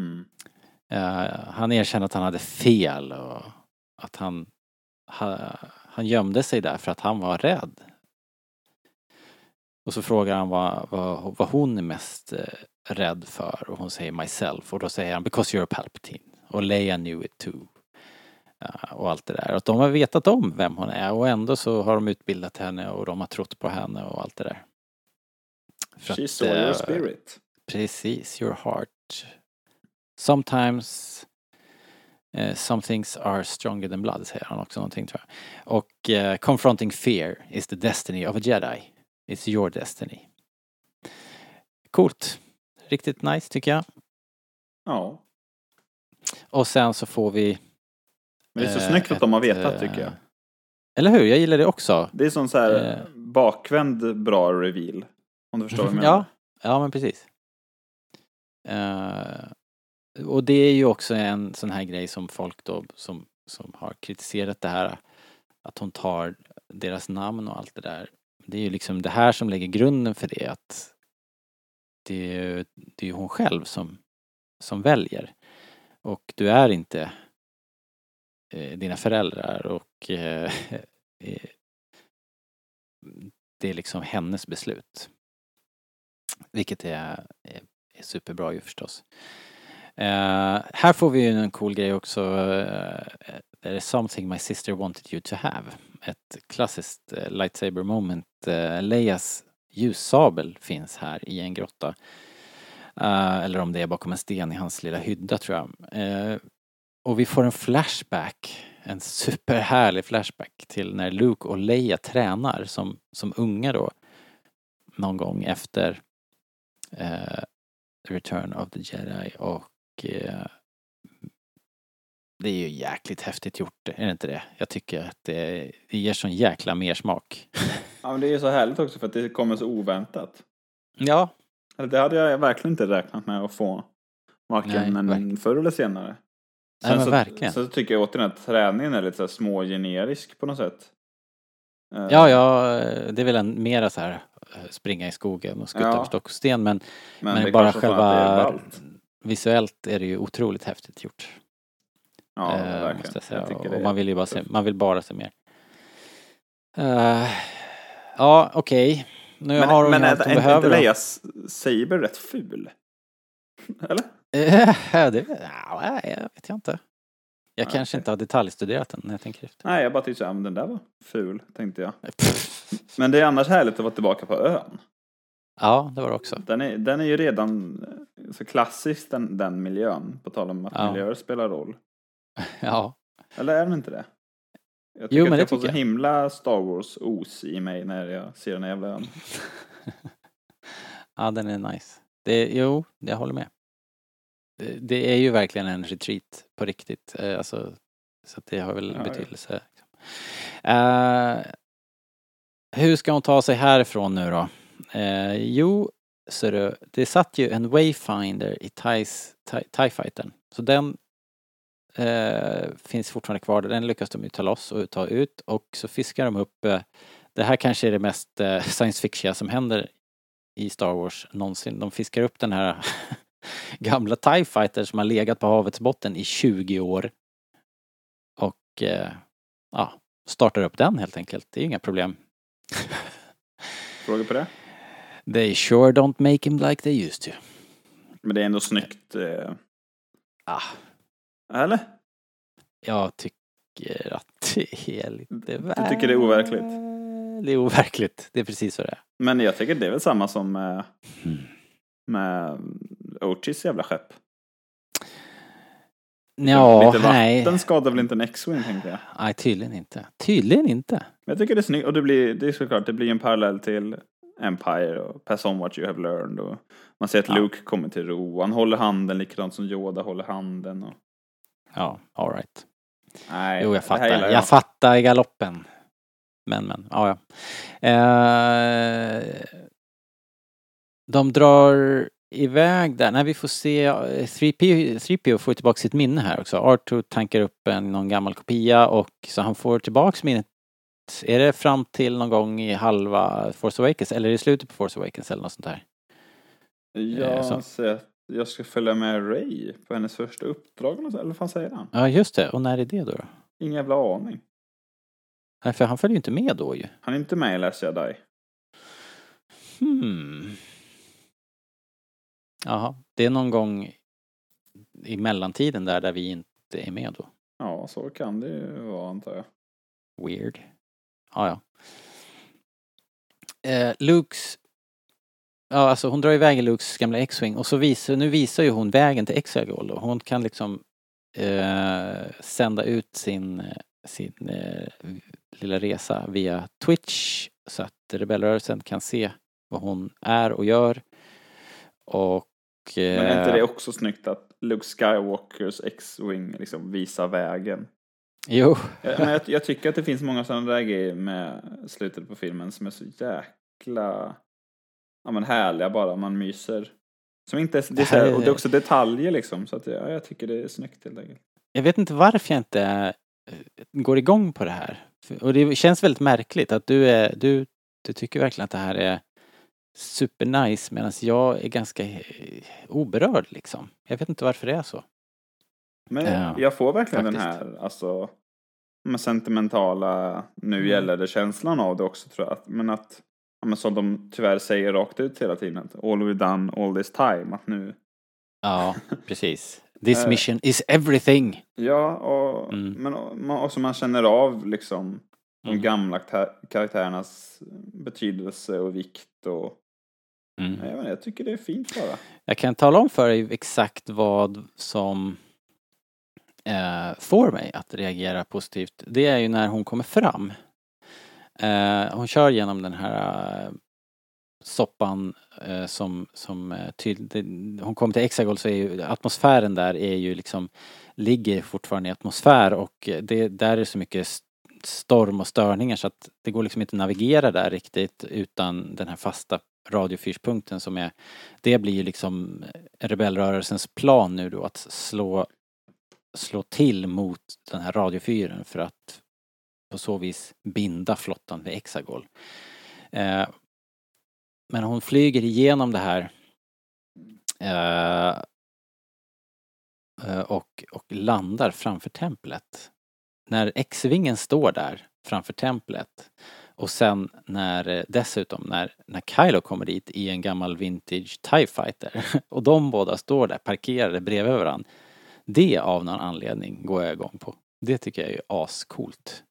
Han erkänner att han hade fel och att han gömde sig där för att han var rädd. Och så frågar han vad hon är mest rädd för och hon säger myself och då säger han because you're a Palpatine och Leia knew it too. Och allt det där. Att de har vetat om vem hon är och ändå så har de utbildat henne och de har trott på henne och allt det där. She saw your spirit. Precis, your heart. Sometimes some things are stronger than blood, säger han också någonting tror jag. Och confronting fear is the destiny of a Jedi. It's your destiny. Coolt. Riktigt nice tycker jag. Ja. Och sen så får vi men det är så snyggt att de har vetat tycker jag. Eller hur? Jag gillar det också. Det är sån så här bakvänd bra reveal. Om du förstår vad jag menar. Ja, men precis. Och det är ju också en sån här grej som folk då som har kritiserat det här att hon tar deras namn och allt det där. Det är ju liksom det här som lägger grunden för det att det är ju hon själv som väljer. Och du är inte dina föräldrar och det är liksom hennes beslut. Vilket är superbra ju förstås. Här får vi ju en cool grej också. There is something my sister wanted you to have. Ett klassiskt lightsaber moment. Leias ljussabel finns här i en grotta. Eller om det är bakom en sten i hans lilla hydda tror jag. Och vi får en flashback. En superhärlig flashback till när Luke och Leia tränar som unga då. Någon gång efter Return of the Jedi och det är ju jäkligt häftigt gjort, är det inte det? Jag tycker att det ger sån jäkla mer smak. Ja, men det är ju så härligt också för att det kommer så oväntat. Ja. Det hade jag verkligen inte räknat med att få varken förr eller senare. Nej, men verkligen. Så tycker jag återigen att träningen är lite så här smågenerisk på något sätt. Ja, det är väl mera så här springa i skogen och skutta på stock och sten, men bara själva visuellt är det ju otroligt häftigt gjort. Ja, verkligen. Måste jag säga. Och man vill bara se mer. Ja, okej. Nu har hon allt hon behöver. Men är inte Leias saber rätt ful? Eller? Jag vet inte. Jag kanske inte har detaljstuderat den när jag tänker efter. Nej, jag bara tyckte att den där var ful, tänkte jag. Men det är annars härligt att vara tillbaka på ön. Ja, det var det också. Den är ju redan så klassisk den miljön, på tal om att miljöer spelar roll. Ja. Eller är den inte det? Jag tycker men att jag får så himla Star Wars-os i mig när jag ser den här jävla ön. Ja, den är nice. Jag håller med. Det är ju verkligen en retreat på riktigt. Alltså, så att det har väl betydelse. Hur ska hon ta sig härifrån nu då? Jo, så det satt ju en Wayfinder i TIE Fightern. Så den finns fortfarande kvar. Den lyckas de ju ta loss och ta ut. Och så fiskar de upp, det här kanske är det mest science fiction som händer i Star Wars någonsin. De fiskar upp den här gamla TIE Fighter som har legat på havets botten i 20 år. Och startar upp den helt enkelt. Det är inga problem. Fråga på det? They sure don't make him like they used to. Men det är ändå snyggt. Eller? Jag tycker att det är lite... Du tycker det är overkligt? Det är overkligt. Det är precis så det är. Men jag tycker det är väl samma som med Ochis jävla skepp. Ja, lite vatten nej. skadar väl inte en X-Wing, tänker jag. Nej, tydligen inte. Tydligen inte. Men jag tycker det är snyggt. Och det är såklart, det blir en parallell till Empire och Pass on what you have learned. Och man ser att Luke kommer till ro. Han håller handen likadant som Yoda håller handen. Och... Ja, all right. Nej, jo, jag fattar. Jag fattar i galoppen. Men, ja. De drar iväg där. Nej, vi får se 3PO får tillbaka sitt minne här också. R2 tankar upp någon gammal kopia och så han får tillbaks minnet. Är det fram till någon gång i halva Force Awakens eller är det slutet på Force Awakens eller något sånt där? Jag ska följa med Rey på hennes första uppdrag eller vad fan säger han? Ja, just det. Och när är det då? Ingen jävla aning. Nej, för han följer ju inte med då ju. Han är inte med i Last Jedi. Jaha, det är någon gång i mellantiden där vi inte är med då. Ja, så kan det ju vara, antar jag. Weird. Ja. Lukes... Ja, alltså hon drar iväg i Lukes gamla X-Wing och så nu visar ju hon vägen till Exegol och hon kan liksom sända ut sin lilla resa via Twitch så att rebellrörelsen kan se vad hon är och gör. Och men är inte det också snyggt att Luke Skywalkers X-Wing liksom visar vägen? Jo. Men jag tycker att det finns många sådana där grejer med slutet på filmen som är så jäkla härliga bara, man myser. Som inte är, och det är också detaljer liksom, så att jag tycker det är snyggt helt enkelt. Jag vet inte varför jag inte går igång på det här. Och det känns väldigt märkligt att du tycker verkligen att det här är super nice medan jag är ganska oberörd liksom. Jag vet inte varför det är så. Men jag får verkligen faktiskt. Den här alltså med sentimentala gäller det känslan av det också, tror jag. Men att som de tyvärr säger rakt ut hela tiden, att all we've done all this time, att nu... Ja, precis. This mission is everything. Ja, men också man känner av liksom de gamla karaktärernas betydelse och vikt och jag tycker det är fint bara. Jag kan tala om för dig exakt vad som får mig att reagera positivt. Det är ju när hon kommer fram. Hon kör genom den här soppan hon kommer till Exegol, så är ju atmosfären där är ju liksom ligger fortfarande i atmosfär och där är så mycket storm och störningar så att det går liksom inte att navigera där riktigt utan den här fasta radiofyrspunkten som är, det blir ju liksom rebellrörelsens plan nu då att slå till mot den här radiofyren för att på så vis binda flottan vid Exegol. Men hon flyger igenom det här och landar framför templet. När X-vingen står där framför templet och sen när Kylo kommer dit i en gammal vintage TIE Fighter och de båda står där parkerade bredvid varandra. Det av någon anledning går jag igång på. Det tycker jag är ascoolt.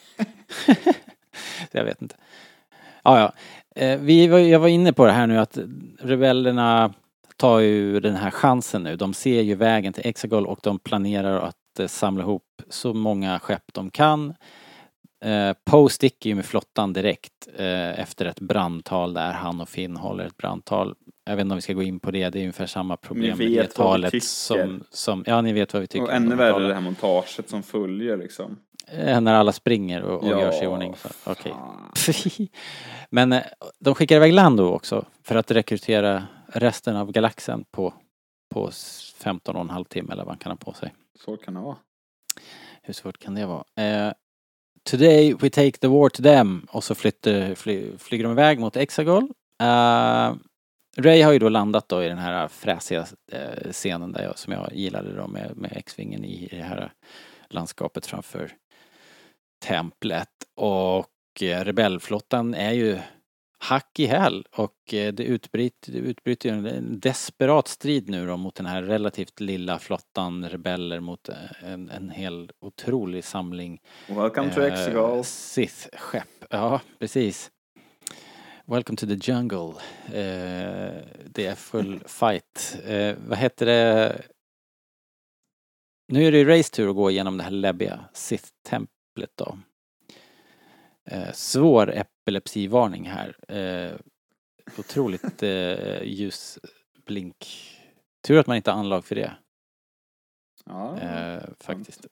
Jag vet inte. Ja. Jag var inne på det här nu att rebellerna tar ju den här chansen nu. De ser ju vägen till Exegol och de planerar att samla ihop så många skepp de kan. Poe sticker ju med flottan direkt efter ett brandtal där han och Finn håller ett brandtal. Jag vet inte om vi ska gå in på det. Det är ungefär samma problem med det talet som... Ja, ni vet vad vi tycker. Och ännu värre det här montaget som följer liksom. När alla springer och gör sig i ordning. Okej. Men de skickar iväg Lando också för att rekrytera resten av galaxen på 15,5 timme eller vad han kan ha på sig. Så kan det vara. Hur svårt kan det vara? Today we take the war to them. Och så flyger de iväg mot Exegol. Rey har ju då landat då i den här fräsiga scenen där som jag gillade då med X-vingen i det här landskapet framför templet. Och rebellflottan är ju hack i häl och det utbryter en desperat strid nu då mot den här relativt lilla flottan rebeller mot en hel otrolig samling Welcome to Exegol. Sith-skepp. Ja, precis. Welcome to the jungle. Det är full fight. Vad heter det? Nu är det Reys tur att gå igenom det här läbbiga Sith-templet då. Svår epilepsivarning här. Otroligt ljusblink. Tur att man inte har anlag för det. Ja. Faktiskt.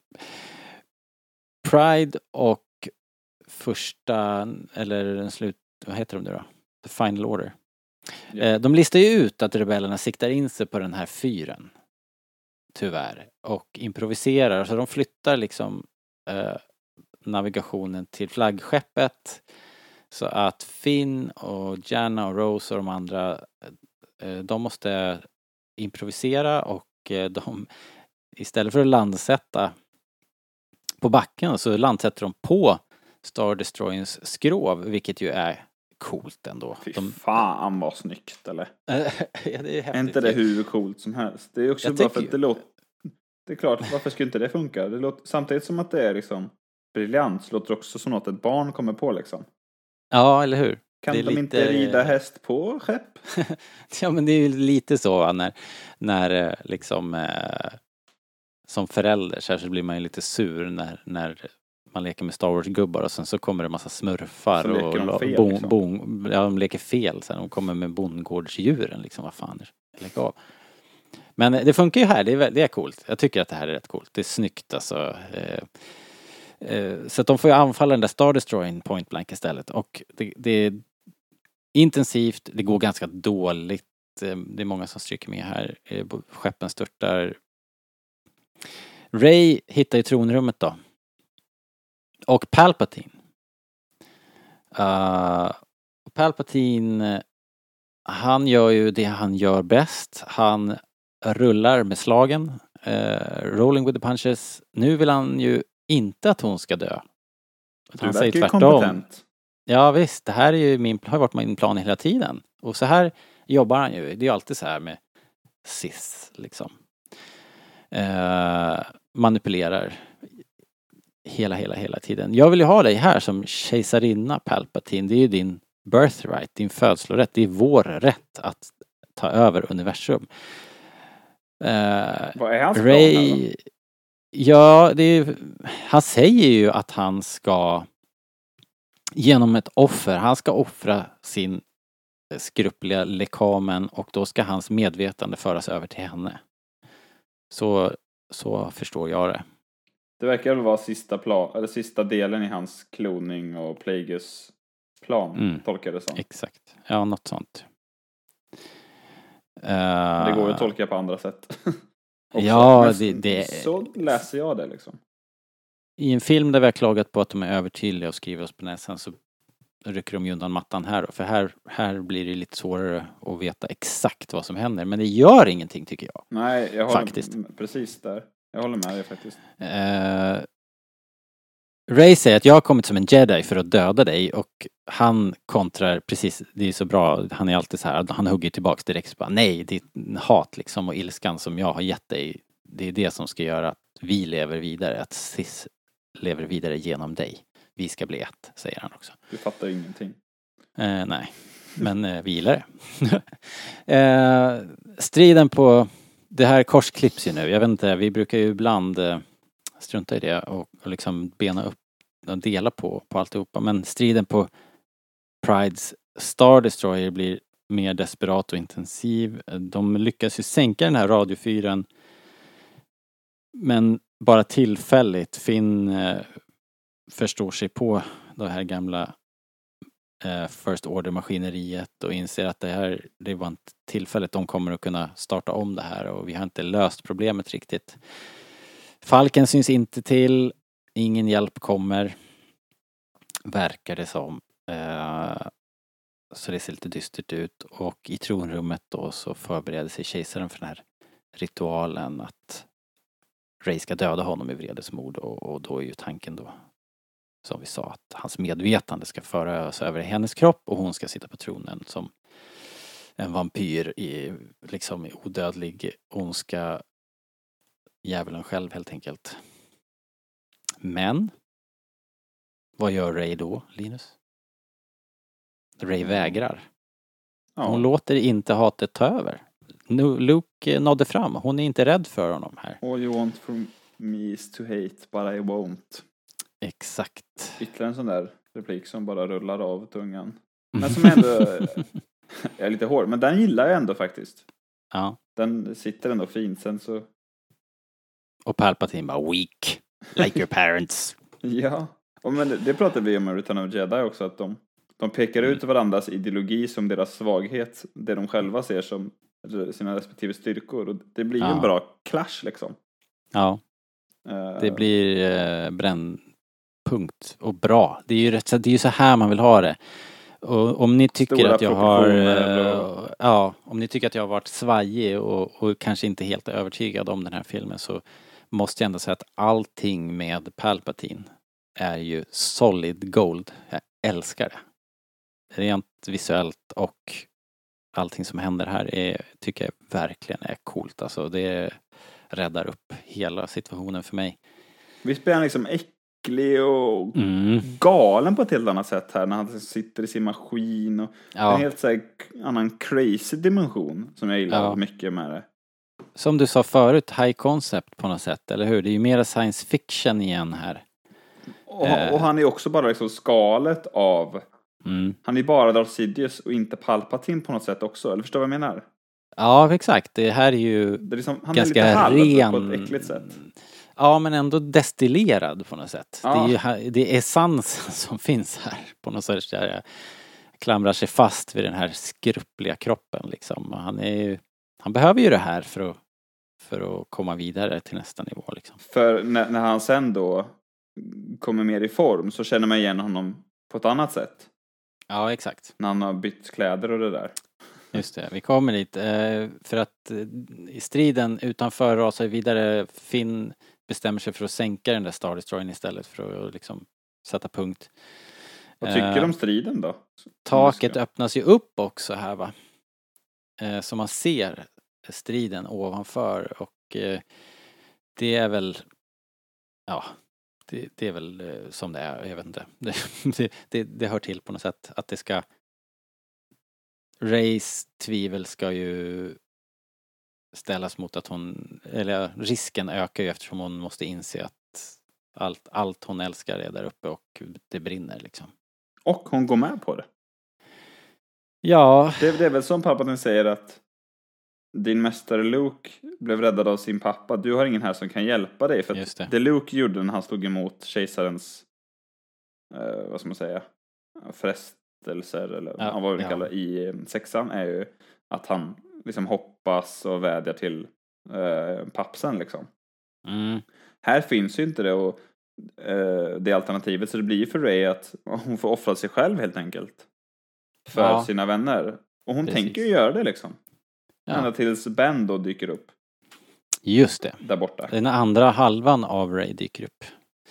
Pride och första, eller den slut, vad heter de då? The Final Order. Ja. De listar ju ut att rebellerna siktar in sig på den här fyren. Tyvärr. Och improviserar. Så de flyttar liksom navigationen till flaggskeppet. Så att Finn och Janna och Rose och de andra, de måste improvisera och de, istället för att landsätta på backen så landsätter de på Star Destroyerns skrov, vilket ju är coolt ändå. Fy fan vad snyggt, eller? Ja, det är häftigt. Är inte det hur coolt som helst? Det är också Jag bara för tycker att det låter... Det är klart, varför skulle inte det funka? Det låter, samtidigt som att det är liksom briljant, så låter det också som något ett barn kommer på liksom. Ja, eller hur? Kan det de inte rida häst på skepp? Ja, men det är ju lite så när liksom som förälder så blir man ju lite sur när man leker med Star Wars-gubbar och sen så kommer det en massa smurfar så leker de fel, de leker fel sen. De kommer med bondgårdsdjuren liksom, vad fan lägg av. Men det funkar ju här, det är coolt. Jag tycker att det här är rätt coolt. Det är snyggt alltså. Så att de får ju anfalla den där Star Destroyern point blank istället. Och det är intensivt, det går ganska dåligt. Det är många som stryker med här. Skeppen störtar. Rey hittar ju tronrummet då. Och Palpatine. Palpatine, han gör ju det han gör bäst. Han rullar med slagen. Rolling with the punches. Nu vill han ju inte att hon ska dö. Han säger tvärtom. Kompetent. Ja visst, det här är ju har varit min plan hela tiden. Och så här jobbar han ju. Det är ju alltid så här med Sith liksom. Manipulerar hela tiden. Jag vill ju ha dig här som kejsarinna Palpatine. Det är ju din birthright, din födslorätt. Det är vår rätt att ta över universum. Vad är hans Rey, plan? ja, han säger ju att han ska genom ett offer, han ska offra sin skruppliga lekamen och då ska hans medvetande föras över till henne. Så förstår jag det. Det verkar väl vara sista delen i hans kloning och Plagueis plan, tolkar det som. Exakt. Ja, något sånt. Men det går ju att tolka på andra sätt. Ja, så läser jag det liksom. I en film där vi har klagat på att de är övertydliga och skriver oss på näsan så rycker de ju undan mattan här då. För här blir det lite svårare att veta exakt vad som händer. Men det gör ingenting tycker jag. Nej, jag håller faktiskt. Precis där. Jag håller med dig faktiskt. Rey säger att jag har kommit som en jedi för att döda dig och han kontrar precis, det är så bra, han är alltid så här, han hugger tillbaks direkt så bara, nej, det är hat liksom och ilskan som jag har gett dig, det är det som ska göra att vi lever vidare, att Sith lever vidare genom dig. Vi ska bli ett, säger han också. Du fattar ingenting. Nej, men vi gillar det. Striden på det här korsklipps ju nu. Jag vet inte, vi brukar ju ibland strunta i det och liksom bena upp de delar på alltihopa. Men striden på Prides Star Destroyer blir mer desperat och intensiv. De lyckas ju sänka den här radiofyren, men bara tillfälligt. Finn förstår sig på det här gamla First Order-maskineriet och inser att det var inte tillfället. De kommer att kunna starta om det här och vi har inte löst problemet riktigt. Falken syns inte till, ingen hjälp kommer, verkar det som. Så det ser lite dystert ut och i tronrummet då så förbereder sig kejsaren för den här ritualen att Rey ska döda honom i vredesmord och då är ju tanken då, som vi sa, att hans medvetande ska föras över hennes kropp och hon ska sitta på tronen som en vampyr i odödlig ondska, djävulen själv helt enkelt. Men vad gör Rey då, Linus? Rey vägrar. Ja. Hon låter inte hatet ta över. Luke nådde fram. Hon är inte rädd för honom här. All you want from me is to hate, but I won't. Exakt. Ytterligare en sån där replik som bara rullar av tungan. Men som ändå är lite hård. Men den gillar jag ändå faktiskt. Ja. Den sitter ändå fint. Sen så... Och Palpatine bara weak. Like your parents. Ja. Och men det pratade vi om i Return of the Jedi också. Att de pekar ut varandras ideologi som deras svaghet. Det de själva ser som sina respektive styrkor. Och det blir ju en bra clash liksom. Ja. Det blir brännpunkt och bra. Det är ju så här man vill ha det. Och om ni tycker att jag har om ni tycker att jag har varit svajig och kanske inte helt övertygad om den här filmen, så måste jag ändå säga att allting med Palpatine är ju solid gold. Jag älskar det. Rent visuellt och allting som händer här tycker jag verkligen är coolt. Alltså det räddar upp hela situationen för mig. Visst blir han liksom äcklig och galen på ett helt annat sätt här när han sitter i sin maskin och en helt så här annan crazy dimension som jag gillar mycket med det. Som du sa förut, high concept på något sätt, eller hur? Det är ju mer science fiction igen här. Och han är också bara liksom skalet av han är bara Darth Sidious och inte Palpatine på något sätt också. Eller förstår vad jag menar? Ja, exakt. Det här är ju det är liksom, han ganska är lite ren... på ett äckligt sätt. Ja, men ändå destillerad på något sätt. Ja. Det är essensen som finns här på något sätt. Där jag klamrar sig fast vid den här skruppliga kroppen liksom. Han behöver ju det här för att komma vidare till nästa nivå liksom. För när han sen då kommer mer i form så känner man igen honom på ett annat sätt. Ja, exakt. När han har bytt kläder och det där. Just det, vi kommer dit. För att i striden utanför rasar vidare. Finn bestämmer sig för att sänka den där Star Destroyern istället för att liksom sätta punkt. Vad tycker du om striden då? Taket öppnas ju upp också här va. Så man ser striden ovanför och det är väl det är väl som det är, jag vet inte. Det hör till på något sätt att det ska Reys tvivel ska ju ställas mot att risken ökar ju eftersom hon måste inse att allt hon älskar är där uppe och det brinner liksom. Och hon går med på det. Ja. Det är väl som Palpatine säger att din mästare Luke blev räddad av sin pappa. Du har ingen här som kan hjälpa dig. För att det Luke gjorde när han stod emot kejsarens vad ska man säga, frestelser eller vad man vill kalla i sexan är ju att han liksom hoppas och vädjar till pappsen liksom. Här finns ju inte det och det alternativet, så det blir ju för Rey att hon får offra sig själv helt enkelt för sina vänner. Och hon tänker ju göra det liksom. Ända tills Ben då dyker upp. Just det. Där borta. Den andra halvan av Rey dyker upp.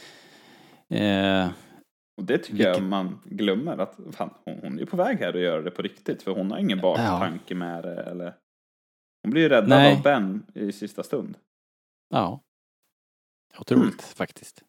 Och det tycker jag man glömmer. Att fan, hon är på väg här att göra det på riktigt. För hon har ingen baktanke med det. Eller... Hon blir ju räddad av Ben i sista stund. Ja. Otroligt faktiskt.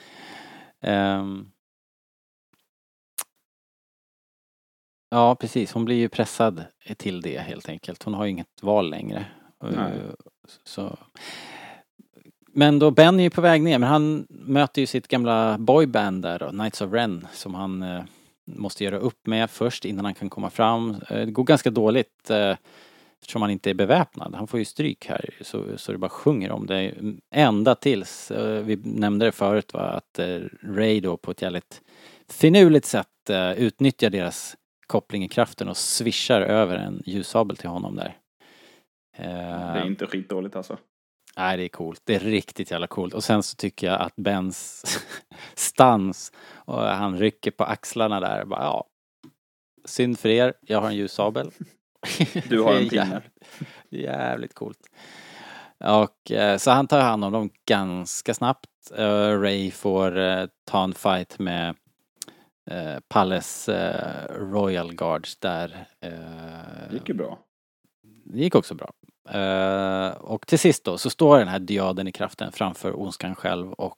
Ja, precis. Hon blir ju pressad till det helt enkelt. Hon har ju inget val längre. Så Men då Ben är ju på väg ner, men han möter ju sitt gamla boyband där då, Knights of Ren, som han måste göra upp med först innan han kan komma fram. Det går ganska dåligt eftersom han inte är beväpnad. Han får ju stryk här, så det bara sjunger om det. Ända tills, vi nämnde det förut, va, att Ray då på ett jävligt finurligt sätt utnyttjar deras koppling i kraften och swishar över en ljussabel till honom där. Det är inte skitdåligt alltså. Nej, det är coolt. Det är riktigt jävla coolt. Och sen så tycker jag att Bens stans och han rycker på axlarna där. Bara, ja, synd för er. Jag har en ljussabel. Du har en pinne. Jävligt coolt. Och så han tar hand om dem ganska snabbt. Ray får ta en fight med Palles Royal Guards där. Det gick ju bra. Det gick också bra. Och till sist då så står den här dyaden i kraften framför ondskan själv och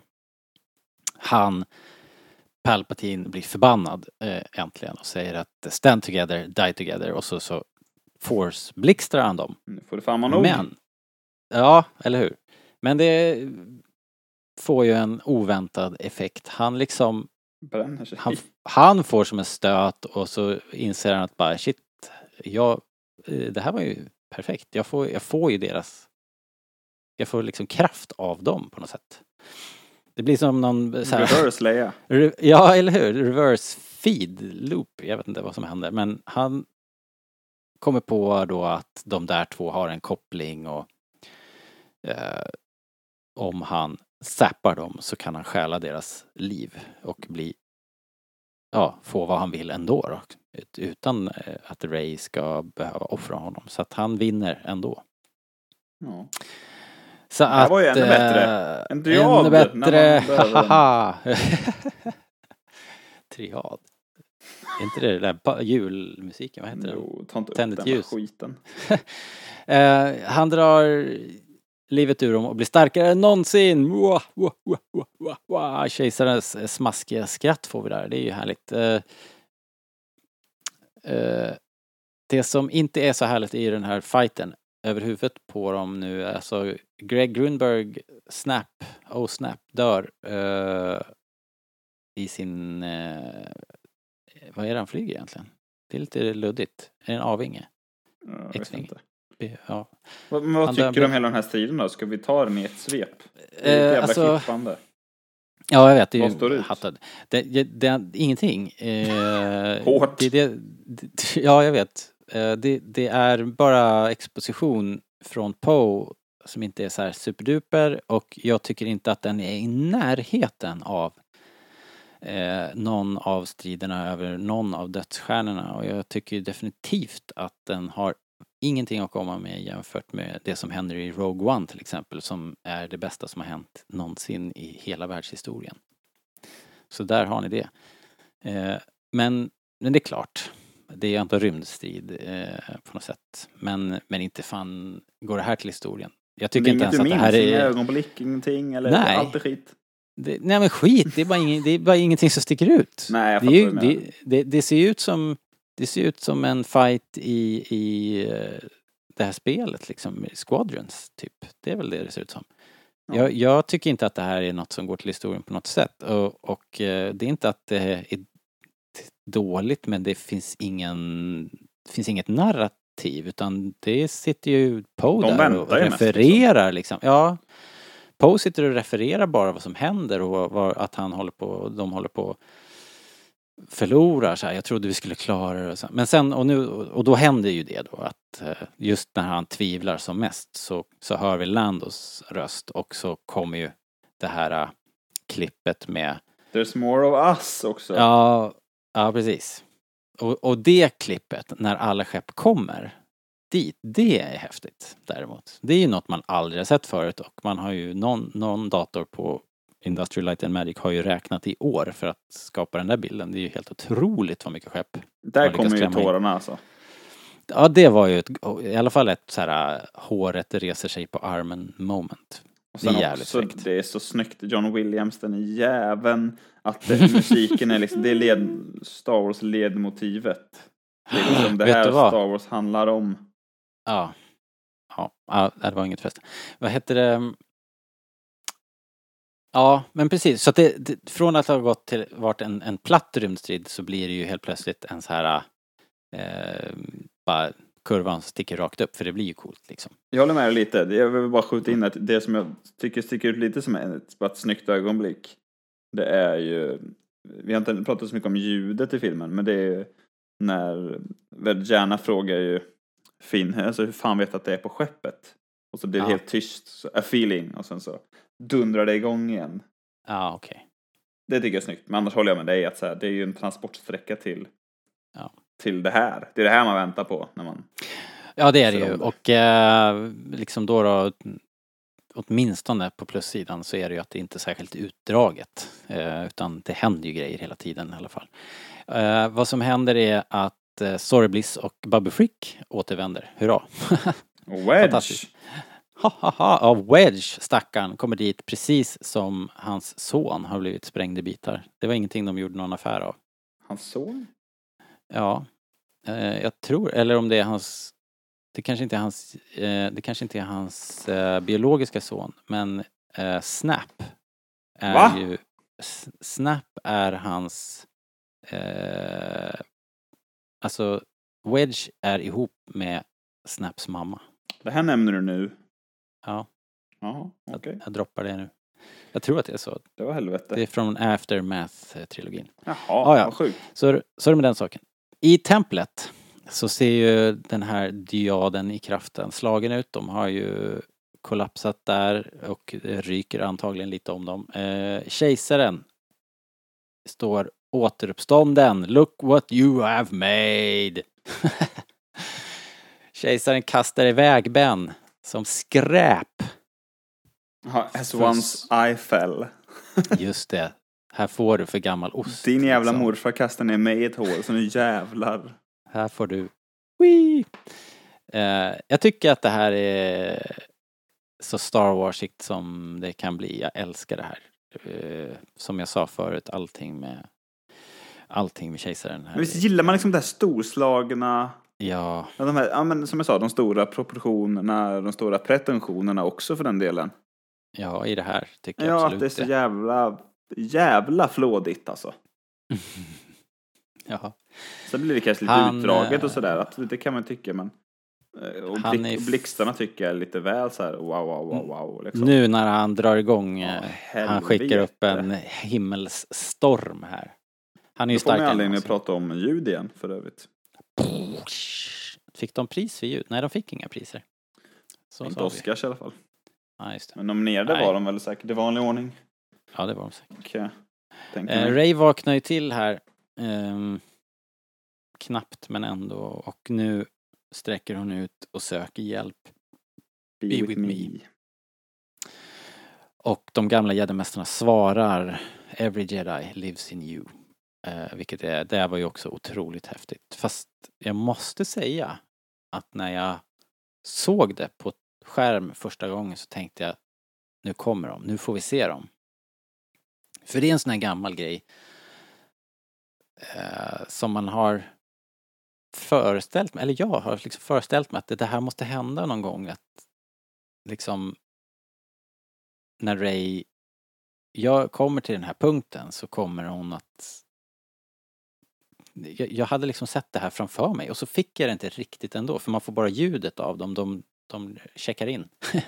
han, Palpatine, blir förbannad äntligen och säger att stand together, die together, och så force blixtrar han dem. Nu får det fan man nog. Men, ja, eller hur? Men det får ju en oväntad effekt. Han liksom Bränner sig. han får som en stöt och så inser han att bara shit, det här var ju perfekt. Jag får ju jag får liksom kraft av dem på något sätt. Det blir som någon så här, reverse Leia. Ja, eller hur? Reverse feed loop. Jag vet inte vad som händer, men han kommer på då att de där två har en koppling och om han zappar dem så kan han stjäla deras liv och få vad han vill ändå då, utan att Ray ska behöva offra honom. Så att han vinner ändå. Ja. Så det här var ju ännu bättre. En triad. Ännu bättre. Haha. Triad. Är inte det där julmusiken? Vad heter det? Jo, ta inte upp Tänd ett den ljus. Skiten. Han drar livet ur dem och blir starkare än någonsin. Kejsarens smaskiga skratt får vi där. Det är ju härligt. Det som inte är så härligt i den här fighten över huvudet på dem nu, alltså Greg Grunberg snap dör i sin vad är det han flyger egentligen? Det är lite luddigt. Är det en A-vinge? Jag vet inte. Ja. Men vad tycker du om hela den här striden då? Ska vi ta den i ett svep? Det är ett jävla klippande. Ja, jag vet. Det är vad står ut? hattad. Det är ingenting. Hårt. Ja, jag vet. Det är bara exposition från Poe som inte är så här superduper, och jag tycker inte att den är i närheten av någon av striderna över någon av dödsstjärnorna, och jag tycker definitivt att den har ingenting att komma med jämfört med det som händer i Rogue One till exempel, som är det bästa som har hänt någonsin i hela världshistorien. Så där har ni det. Men det är klart, det är inte rymdstrid på något sätt. Men inte fan går det här till historien. Jag tycker inte ens att det här är... Inga ögonblick, ingenting, eller nej. Allt är skit. Nej men skit, det är bara ingenting som sticker ut. Nej, det ser ut som en fight i det här spelet liksom, Squadrons typ. Det är väl det ser ut som. Ja. Jag tycker inte att det här är något som går till historien på något sätt, och det är inte att det är dåligt, men det finns inget narrativ, utan det sitter ju Poe där och refererar mest, liksom. Ja. Poe sitter och refererar bara vad som händer och att de håller på förlorar så här. Jag trodde vi skulle klara det. Så. Men sen och då händer ju det då att just när han tvivlar som mest så hör vi Landos röst, och så kommer ju det här klippet med There's more of us också. Ja, precis. Och det klippet när alla skepp kommer dit, det är häftigt däremot. Det är ju något man aldrig har sett förut, och man har ju någon dator på Industrial Light and Magic har ju räknat i år för att skapa den där bilden. Det är ju helt otroligt vad mycket skepp. Där kommer ju tårarna alltså. Ja, det var ju i alla fall ett så här håret reser sig på armen moment. Och sen det är också, det är så snyggt. John Williams, den är jäveln. Att musiken är liksom, det är Star Wars ledmotivet. Det är liksom det här Star Wars handlar om. Ja, det var inget fest. Vad heter det? Ja, men precis. Så att från att ha gått till varit en platt rymdstrid så blir det ju helt plötsligt en så här bara kurvan sticker rakt upp, för det blir ju coolt liksom. Jag håller med dig lite. Jag vill bara skjuta in att det som jag tycker sticker ut lite som ett snyggt ögonblick, det är ju, vi har inte pratat så mycket om ljudet i filmen, men det är när Vergiana frågar ju Finn, alltså hur fan vet att det är på skeppet? Och så blir det helt tyst, så, a feeling, och sen så dundrar det igång igen. Ja, okej. Det tycker jag är snyggt, men annars håller jag med dig att så här, det är ju en transportsträcka till det här. Det är det här man väntar på när man... Ja, det är det ju. Och liksom då åtminstone på plussidan så är det ju att det inte är särskilt utdraget. Utan det händer ju grejer hela tiden i alla fall. Vad som händer är att Sorry Bliss och Bubba Frick återvänder. Hurra! Wedge! Ja, Wedge, stackarn, kommer dit precis som hans son har blivit sprängd i bitar. Det var ingenting de gjorde någon affär av. Hans son? Ja, jag tror, eller om det är hans, det kanske inte är hans biologiska son, men Snap är ju, Snap är hans, alltså Wedge är ihop med Snaps mamma. Det här nämner du nu. Ja. Jaha, okej. Jag droppar det nu. Jag tror att det är så. Det var helvete. Det är från Aftermath-trilogin. Jaha, vad sjukt. Så är det med den saken. I templet så ser ju den här dyaden i kraften slagen ut. De har ju kollapsat där och det ryker antagligen lite om dem. Kejsaren står återuppstånden. Look what you have made. Kejsaren kastar iväg Ben som skräp. As once I fell. Just det. Här får du för gammal ost. Din jävla liksom. morfar kastar ner mig i ett hål, så nu jävlar. Här får du. Wee! Jag tycker att det här är så Star Warsigt som det kan bli. Jag älskar det här. Som jag sa förut, allting med kejsaren här. Men visst gillar man liksom det här storslagna... Ja. De här, ja, men som jag sa, de stora proportionerna, de stora pretensionerna också för den delen. Ja, i det här tycker jag Ja, absolut det är så jävla flådigt alltså. Ja. Så blir det kanske lite utdraget och sådär, att det kan man tycka, men och blixtarna tycker jag är lite väl så här wow liksom. Nu när han drar igång, han skickar upp en himmelsstorm här. Han är ju stark. Då får man anledning att prata om ljud igen för övrigt. Fick de pris för ljud? Nej, de fick inga priser. Så inte Oscars i alla fall. Ja, just det. Men nominerade var de väl säkert i vanlig ordning. Ja, det var de säkert. Okay. Ray vaknar ju till här. Knappt men ändå. Och nu sträcker hon ut och söker hjälp. Be with me. Och de gamla jedimästarna svarar Every Jedi lives in you. Vilket det var ju också otroligt häftigt. Fast jag måste säga att när jag såg det på skärm första gången så tänkte jag, nu kommer de, nu får vi se dem. För det är en sån här gammal grej som man har föreställt mig, eller jag har liksom föreställt mig att det här måste hända någon gång, att liksom när Ray kommer till den här punkten så kommer hon att jag hade liksom sett det här framför mig och så fick jag det inte riktigt ändå, för man får bara ljudet av dem, de checkar in.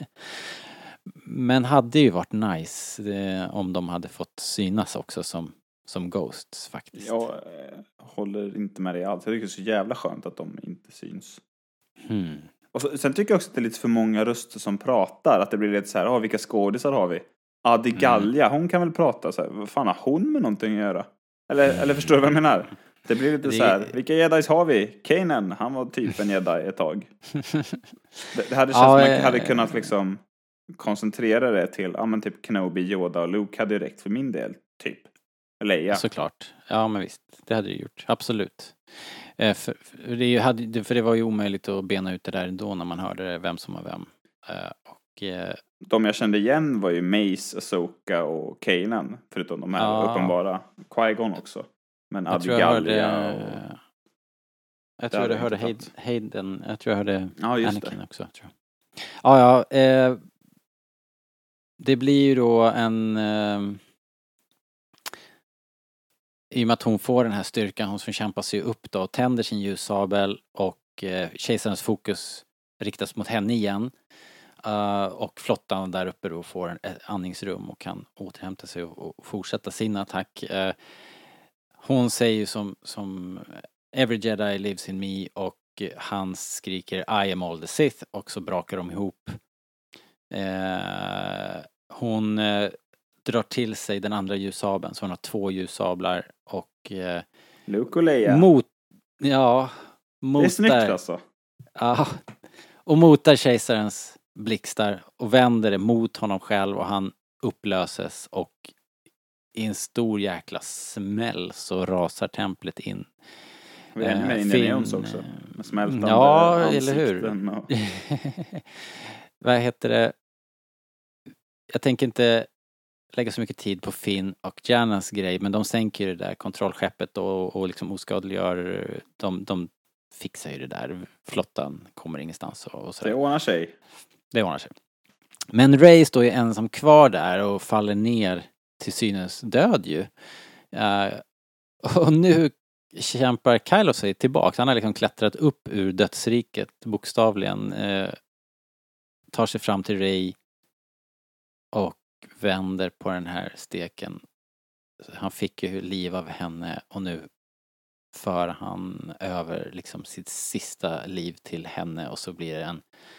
Men hade ju varit nice om de hade fått synas också som Ghosts faktiskt. Jag håller inte med dig alls. Jag tycker det är så jävla skönt att de inte syns. Och sen tycker jag också att det är lite för många röster som pratar. Att det blir lite så här, vilka skådisar har vi? Adi Gallia, hon kan väl prata så här. Vad fan har hon med någonting att göra? Eller förstår du vad jag menar? Det blir lite så här, vilka jedis har vi? Kanan, han var typ en jedi ett tag. Det hade känts som man hade kunnat liksom koncentrera det till, men typ Kenobi, Yoda och Luke hade direkt för min del, typ. Leia. Såklart. Ja, men visst. Det hade det gjort. Absolut. För det var ju omöjligt att bena ut det där ändå när man hörde vem som var vem. De jag kände igen var ju Mace, Ahsoka och Kanan. Förutom de här uppenbara. Qui-Gon också. Men Adi Gallia jag tror jag hörde Hayden. Jag tror jag hörde Anakin också. Tror jag. Ja. det blir ju då i och med att hon får den här styrkan, hon som kämpar sig upp då och tänder sin ljussabel och kejsarens fokus riktas mot henne igen. Och flottan där uppe då får ett andningsrum och kan återhämta sig och fortsätta sin attack. Hon säger ju som Every Jedi lives in me och han skriker I am all the Sith och så brakar de ihop. Hon drar till sig den andra ljussabeln så hon har 2 ljussablar och Luke och Leia. det är snyggt alltså. Ja, och motar kejsarens blixtar och vänder det mot honom själv och han upplöses och i en stor jäkla smäll så rasar templet in. Vi är med Indiana också. Med smältande eller hur? Och... Vad heter det? Jag tänker inte lägga så mycket tid på Finn och Janas grej, men de sänker det där kontrollskeppet och liksom oskadliggör, de fixar ju det där. Flottan kommer ingenstans och så. Det ordnar sig. Men Rey står ju ensam kvar där och faller ner till synes död ju. Och nu kämpar Kylo sig tillbaka. Han har liksom klättrat upp ur dödsriket bokstavligen. Tar sig fram till Rey och vänder på den här steken. Han fick ju liv av henne och nu för han över liksom sitt sista liv till henne och så blir det en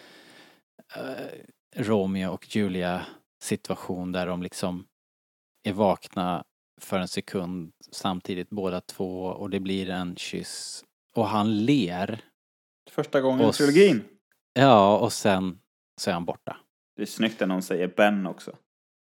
Romeo och Julia situation där de liksom är vakna för en sekund samtidigt båda två och det blir en kyss och han ler. Första gången i trilogin. Ja, och sen så är han borta. Det är snyggt när någon säger Ben också.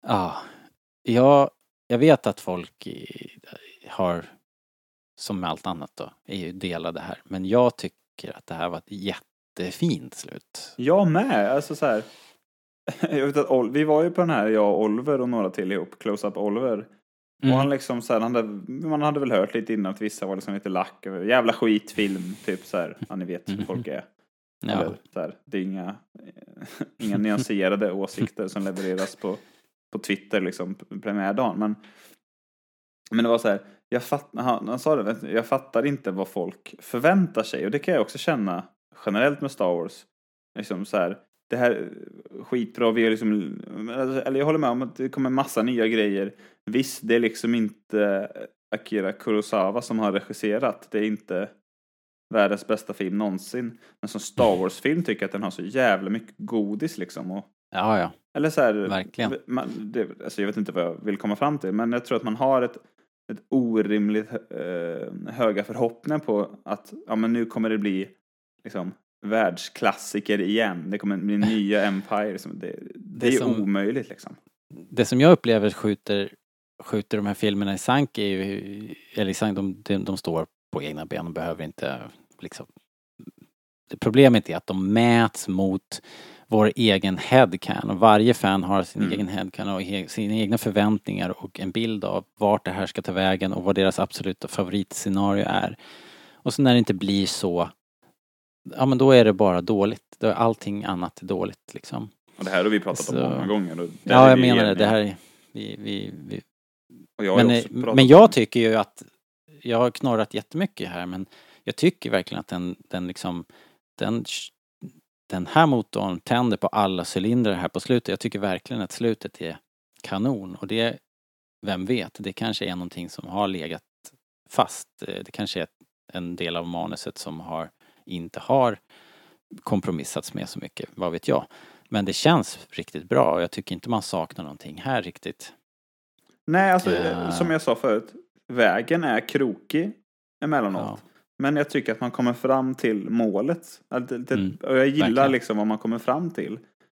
Ja, jag vet att folk har, som med allt annat då, är ju delade här. Men jag tycker att det här var ett jättefint slut. Jag med, alltså så här. Jag vet att vi var ju på den här, jag och Oliver och några till ihop, Close Up Oliver. Och han liksom så här, man hade väl hört lite innan att vissa var liksom lite lack över jävla skitfilm, typ så här, ja ni vet hur folk är. Ja. Eller, så här, det är inga nyanserade åsikter som levereras på Twitter liksom premiärdagen, men det var så här, han sa det, jag fattar inte vad folk förväntar sig, och det kan jag också känna generellt med Star Wars, liksom så här, det här skitbra, vi är liksom, eller jag håller med om att det kommer massa nya grejer. Visst, det är liksom inte Akira Kurosawa som har regisserat, det är inte världens bästa film någonsin, men som Star Wars-film tycker jag att den har så jävla mycket godis liksom. Och, ja. eller så här, verkligen. Alltså jag vet inte vad jag vill komma fram till, men jag tror att man har ett orimligt höga förhoppningar på att men nu kommer det bli liksom världsklassiker igen. Det kommer bli nya Empire. Liksom. Det är omöjligt liksom. Det som jag upplever skjuter de här filmerna i sank är ju, eller de står på egna ben och behöver inte liksom. Problemet är att de mäts mot vår egen headcan och varje fan har sin egen headcan och sina egna förväntningar och en bild av vart det här ska ta vägen och vad deras absoluta favoritscenario är. Och så när det inte blir så, ja men då är det bara dåligt. Då är allting annat dåligt liksom. Och det här har vi pratat om många gånger. Och ja, jag menar det här är och men jag tycker ju att jag har knorrat jättemycket här, men jag tycker verkligen att den här motorn tänder på alla cylindrar här på slutet. Jag tycker verkligen att slutet är kanon. Och det, vem vet, det kanske är någonting som har legat fast. Det kanske är en del av manuset som inte har kompromissats med så mycket, vad vet jag. Men det känns riktigt bra och jag tycker inte man saknar någonting här riktigt. Nej, alltså som jag sa förut, vägen är krokig emellanåt. Ja. Men jag tycker att man kommer fram till målet. Och jag gillar verkligen. Liksom vad man kommer fram till.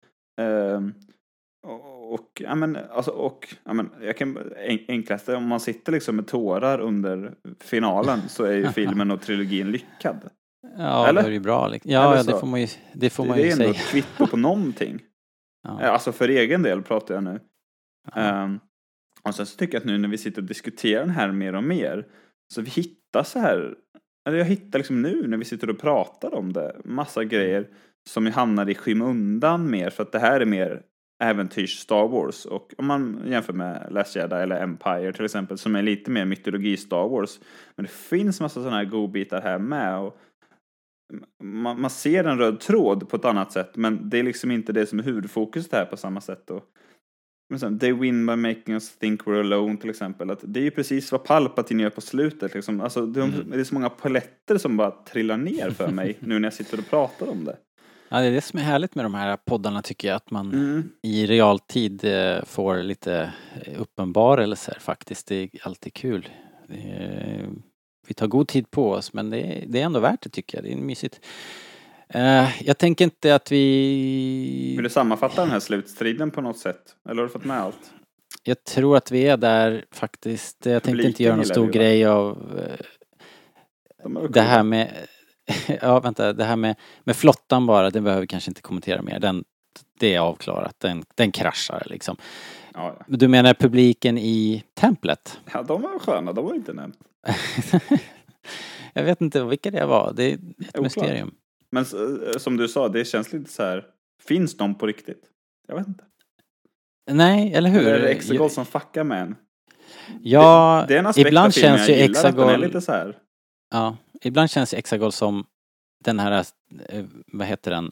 Enklaste, om man sitter liksom med tårar under finalen så är ju filmen och trilogin lyckad. Ja, eller? Det är ju bra. Ja, det får man ju säga. Det är ändå ett kvitto på någonting. Ja. Alltså för egen del pratar jag nu. Ja. Och sen så tycker jag att nu när vi sitter och diskuterar den här mer och mer, så vi hittar så här, eller jag hittar liksom nu när vi sitter och pratar om det, massa grejer som hamnar i skymundan mer, för att det här är mer äventyrs Star Wars. Och om man jämför med Last Jedi eller Empire till exempel, som är lite mer mytologi Star Wars. Men det finns massa sådana här godbitar här med. Och man ser en röd tråd på ett annat sätt, men det är liksom inte det som är huvudfokuset här på samma sätt. Och men sen, they win by making us think we're alone till exempel. Att det är ju precis vad Palpatine gör på slutet. Liksom. Alltså, det är så många paletter som bara trillar ner för mig nu när jag sitter och pratar om det. Ja, det är det som är härligt med de här poddarna tycker jag. Att man i realtid får lite uppenbarelser faktiskt. Det är alltid kul. Vi tar god tid på oss, men det är ändå värt det tycker jag. Det är mysigt. Jag tänker inte att vi... Vill du sammanfatta den här slutstriden på något sätt? Eller har du fått med allt? Jag tror att vi är där faktiskt. Jag tänkte inte göra någon stor grej av det här med... Ja, vänta. Det här med flottan bara, det behöver vi kanske inte kommentera mer. Det är avklarat. Den kraschar liksom. Ja. Du menar publiken i templet? Ja, de var sköna. De var inte nämnt. Jag vet inte vilka det var. Det är ett mysterium. Men som du sa, det känns lite så här. Finns de på riktigt? Jag vet inte. Nej, eller hur? Eller är det Exegol som fuckar med en? Ja, det är en aspekt ibland av filmen känns ju jag gillar, Exegol... att den är lite så här. Ja, ibland känns ju Exegol som den här, vad heter den?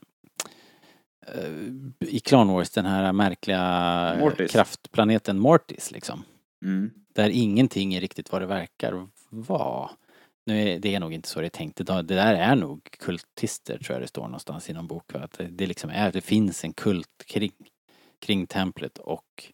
I Clone Wars, den här märkliga Mortis. Kraftplaneten Mortis liksom. Mm. Där ingenting är riktigt vad det verkar vara. Det är nog inte så det är tänkt. Det där är nog kultister tror jag det står någonstans i någon bok. Att det liksom det finns en kult kring templet och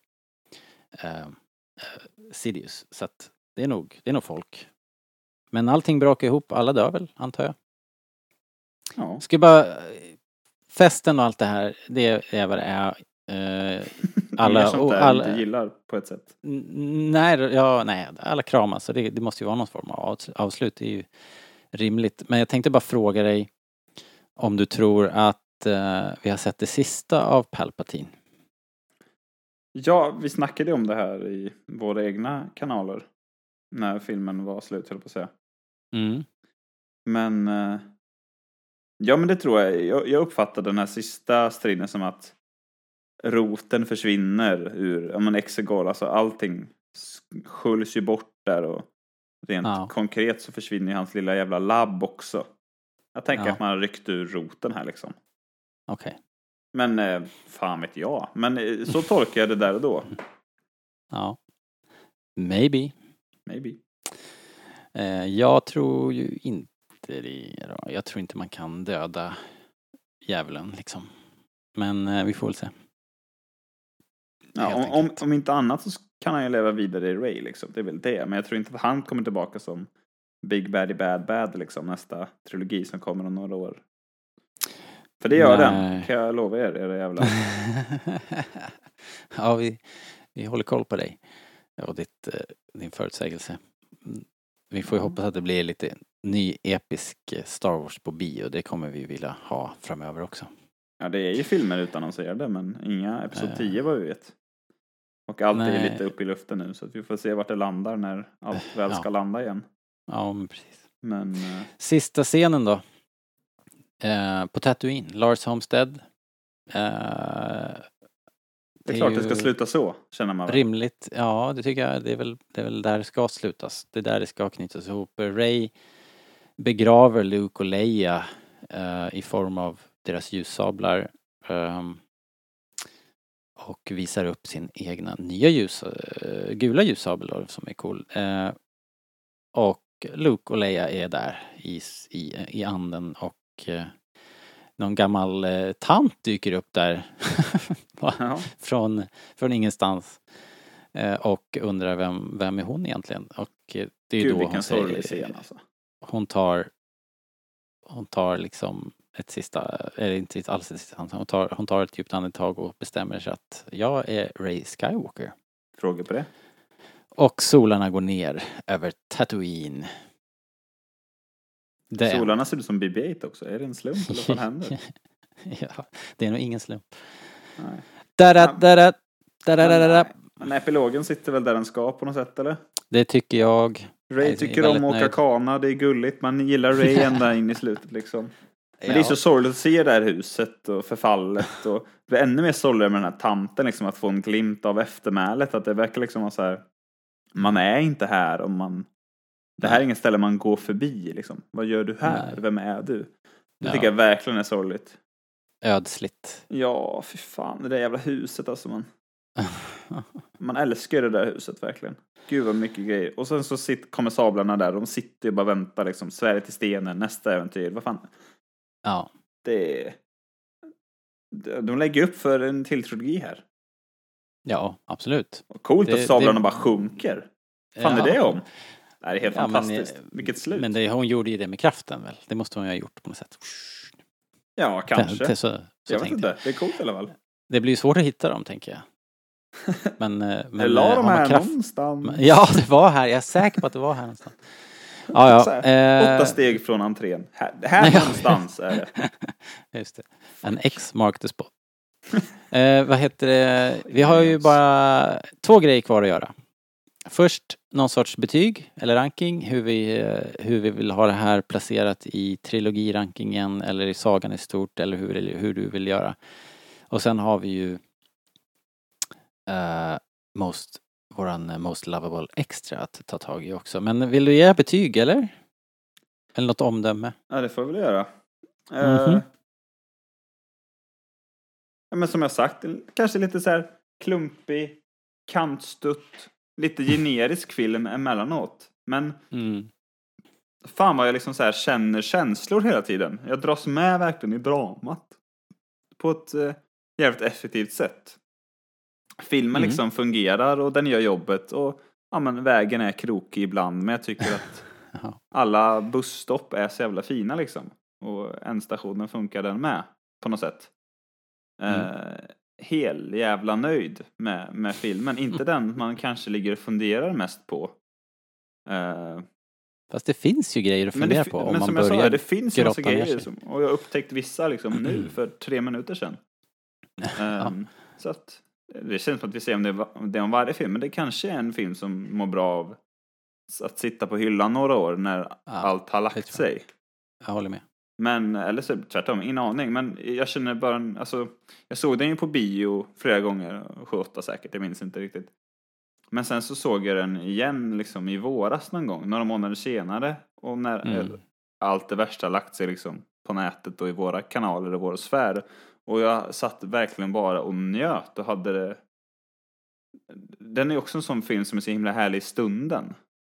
Sidious. Så att det är nog folk. Men allting brakar ihop, alla dör väl, antar jag. Ja. Ska bara festen och allt det här, det är vad det är. Alla sånt där alla inte gillar på ett sätt. Nej, alla kramas så det måste ju vara någon form av avslut, det är ju rimligt. Men jag tänkte bara fråga dig om du tror att vi har sett det sista av Palpatine. Ja, vi snackade om det här i våra egna kanaler när filmen var slut, höll på att säga. Mm. Men ja, men det tror jag. Jag uppfattar den här sista striden som att roten försvinner ur Exegol, alltså allting sköljs ju bort där och rent konkret så försvinner ju hans lilla jävla labb också. Jag tänker att man har ryckt ur roten här liksom. Okej. Men fan vet jag. Men så tolkar jag det där och då. Ja. Maybe. Jag tror ju inte det då. Jag tror inte man kan döda djävulen liksom. Men vi får väl se. Ja, om inte annat så kan han ju leva vidare i Rey liksom. Det är väl det. Men jag tror inte att han kommer tillbaka som Big Baddy Bad liksom nästa trilogi som kommer om några år. För det gör den, kan jag lova er, era jävla. Ja, vi håller koll på dig och din förutsägelse. Vi får ju hoppas att det blir lite ny episk Star Wars på bio. Det kommer vi vilja ha framöver också. Ja, det är ju filmer utan att säga det, men inga episod 10 vad vi vet. Och allt är lite upp i luften nu, så att vi får se vart det landar när allt väl ska landa igen. Ja, men precis. Men sista scenen då. På Tatooine, Lars Homestead. Det är klart det ska sluta så, känner man väl. Rimligt, ja det tycker jag. Det är väl där det ska slutas. Det är där det ska knytas ihop. Rey begraver Luke och Leia i form av deras ljussablar. Och visar upp sin egna nya gula ljussabel då, som är cool. Och Luke och Leia är där i anden och någon gammal tant dyker upp där från ingenstans och undrar vem är hon egentligen, och det är ju då hon säger scen, alltså. Hon tar liksom ett sista, eller inte alls ett sista, hon tar ett djupt andetag och bestämmer sig att jag är Rey Skywalker. Frågor på det? Och solarna går ner över Tatooine. Solarna ser ut som BB-8 också. Är det en slump eller vad händer? Ja, det är nog ingen slump. Nej. Men epilogen sitter väl där den ska på något sätt, eller? Det tycker jag. Rey tycker om att åka kana, det är gulligt. Man gillar Rey ända in i slutet liksom. Men det är så sorgligt att se det här huset och förfallet. Och det blir ännu mer sorgligt med den här tanten, liksom, att få en glimt av eftermälet. Att det verkar liksom vara så här, man är inte här om man... Det här är inget ställe man går förbi, liksom. Vad gör du här? Nej. Vem är du? Det tycker jag verkligen är sorgligt. Ödsligt. Ja, fy fan. Det där jävla huset, alltså. Man älskar det där huset, verkligen. Gud vad mycket grejer. Och sen så kommer sablarna där. De sitter och bara väntar, liksom. Sverige till stenen, nästa äventyr. Vad fan? Ja. De lägger upp för en till trilogi här. Ja, absolut. Coolt att sablarna bara sjunker. Fan är det om? Det är helt fantastiskt. Vilket slut. Men hon gjorde ju det med kraften väl? Det måste hon ju ha gjort på något sätt. Ja, kanske. Så jag vet inte. Det är coolt i alla fall. Det blir ju svårt att hitta dem, tänker jag. Men la de här någonstans? Ja, det var här. Jag är säker på att det var här någonstans. Ja. 8 steg från entrén. Här någonstans är det. Just det. En X mark the spot. Vad heter det? Vi har ju bara 2 grejer kvar att göra. Först någon sorts betyg eller ranking. Hur vi vill ha det här placerat i trilogirankingen eller i sagan i stort. Eller hur du vill göra. Och sen har vi ju våran Most Lovable Extra att ta tag i också. Men vill du ge betyg eller? Eller något omdöme? Ja, det får vi väl göra. Ja, men som jag sagt, kanske lite så här klumpig, kantstutt, lite generisk film emellanåt. Men fan vad jag liksom så här känner känslor hela tiden. Jag dras med verkligen i dramat. På ett jävligt effektivt sätt. Filmen liksom fungerar och den gör jobbet. Och ja, men vägen är krokig ibland. Men jag tycker att alla busstopp är så jävla fina liksom. Och ändstationen funkar den med på något sätt. Hel jävla nöjd med filmen. Inte den man kanske ligger och funderar mest på. Fast det finns ju grejer att fundera på. Om men man som jag börjar sa, det finns ju massa grejer. sig. Och jag har upptäckt vissa liksom nu för 3 minuter sedan. Så att det känns som att vi ser om det är om varje film. Men det kanske är en film som mår bra av att sitta på hyllan några år när allt har lagt sig. Jag håller med. Men, eller så tvärtom, ingen aning. Men jag känner bara, alltså, jag såg den ju på bio flera gånger, 7-8 säkert, jag minns inte riktigt. Men sen så såg jag den igen liksom i våras någon gång, några månader senare. Och när allt det värsta lagt sig liksom på nätet och i våra kanaler och vår sfär. Och jag satt verkligen bara och njöt och hade det. Den är också en sån film som är så himla härlig i stunden.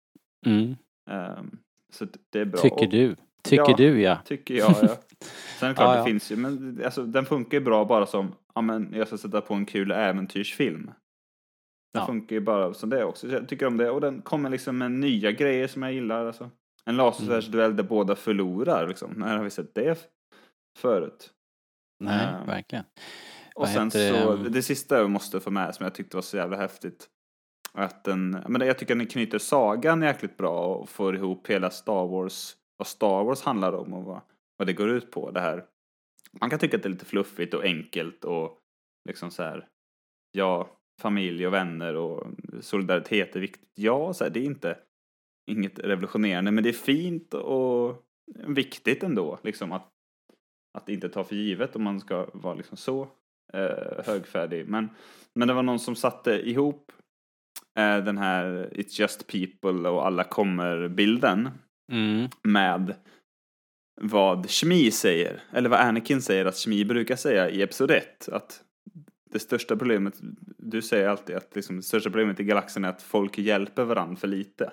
Så det är bra. Tycker du? Tycker jag, ja. Sen är det klart det finns ju, men alltså, den funkar ju bra bara som, ja men jag ska sätta på en kul äventyrsfilm. Den funkar ju bara som det också. Jag tycker om det. Och den kommer liksom med nya grejer som jag gillar. Alltså. En lasersvärdsduell där båda förlorar. Liksom. När har vi sett det förut? Nej, verkligen. Och sen så, det sista jag måste få med som jag tyckte var så jävla häftigt. Att jag tycker att den knyter sagan jäkligt bra och får ihop hela Star Wars. Vad Star Wars handlar om och vad det går ut på. Det här. Man kan tycka att det är lite fluffigt och enkelt och liksom så här, ja, familj och vänner och solidaritet är viktigt. Ja, så här, det är inte inget revolutionerande, men det är fint och viktigt ändå liksom att inte ta för givet om man ska vara liksom så högfärdig. Men det var någon som satte ihop den här It's Just People och alla kommer bilden med vad Shmi säger, eller vad Anakin säger att Shmi brukar säga i episod 1, att det största problemet, du säger alltid att liksom, det största problemet i galaxen är att folk hjälper varandra för lite.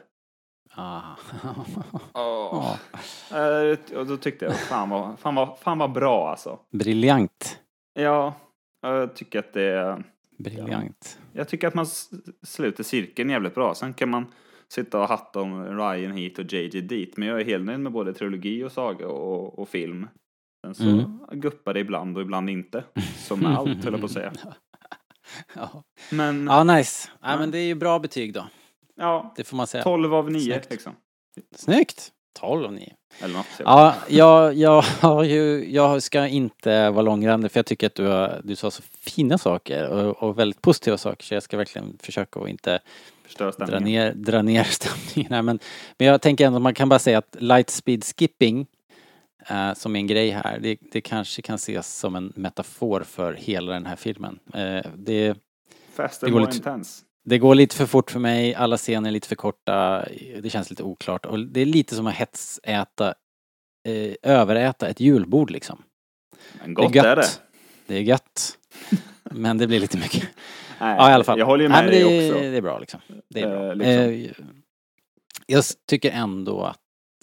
Och då tyckte jag, fan vad bra alltså. Briljant. Ja, jag tycker att det är briljant. Jag tycker att man sluter cirkeln jävligt bra. Sen kan man sitta och hatta om Ryan hit och JJ dit. Men jag är helt nöjd med både trilogi och saga och film. Sen så guppar det ibland och ibland inte. Som med allt, höll jag på att säga. Men, nice. Ja, men det är ju bra betyg då. Ja, det får man säga. 12 av 9 liksom. Snyggt. 12 av 9. Eller något. Jag ska inte vara långrandig för jag tycker att du sa så fina saker och väldigt positiva saker, så jag ska verkligen försöka att inte dra ner stämningen här, men jag tänker ändå man kan bara säga att Lightspeed Skipping som är en grej här. Det kanske kan ses som en metafor för hela den här filmen. Fast Det and går more lite- intense. Det går lite för fort för mig, alla scener är lite för korta, det känns lite oklart. Och det är lite som att överäta ett julbord liksom. Men gott det är är gött. det. Det är gött. Men det blir lite mycket. Nej, Ja, i alla fall. Jag håller ju Nej, med men dig också. Det är bra liksom. Det är bra. Liksom. Jag tycker ändå att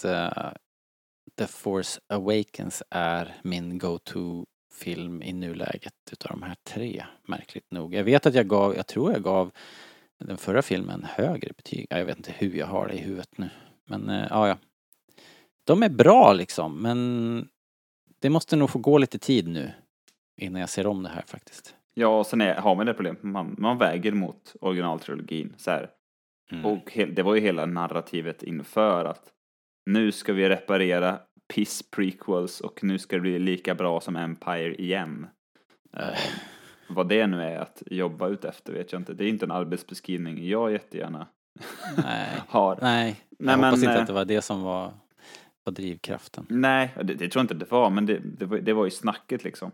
The Force Awakens är min go-to-film i nuläget utav de här 3, märkligt nog. Jag vet att jag tror jag gav den förra filmen högre betyg. Jag vet inte hur jag har det i huvudet nu. Men ja. De är bra liksom, men det måste nog få gå lite tid nu innan jag ser om det här faktiskt. Ja, och sen har man det problemet. Man väger mot originaltrilogin så här. Och det var ju hela narrativet inför att nu ska vi reparera piss prequels och nu ska det bli lika bra som Empire igen. Vad det nu är att jobba ut efter vet jag inte. Det är inte en arbetsbeskrivning jag jättegärna har. Nej, jag hoppas inte att det var det som var drivkraften. Nej, det tror jag inte det var, men det var ju snacket liksom.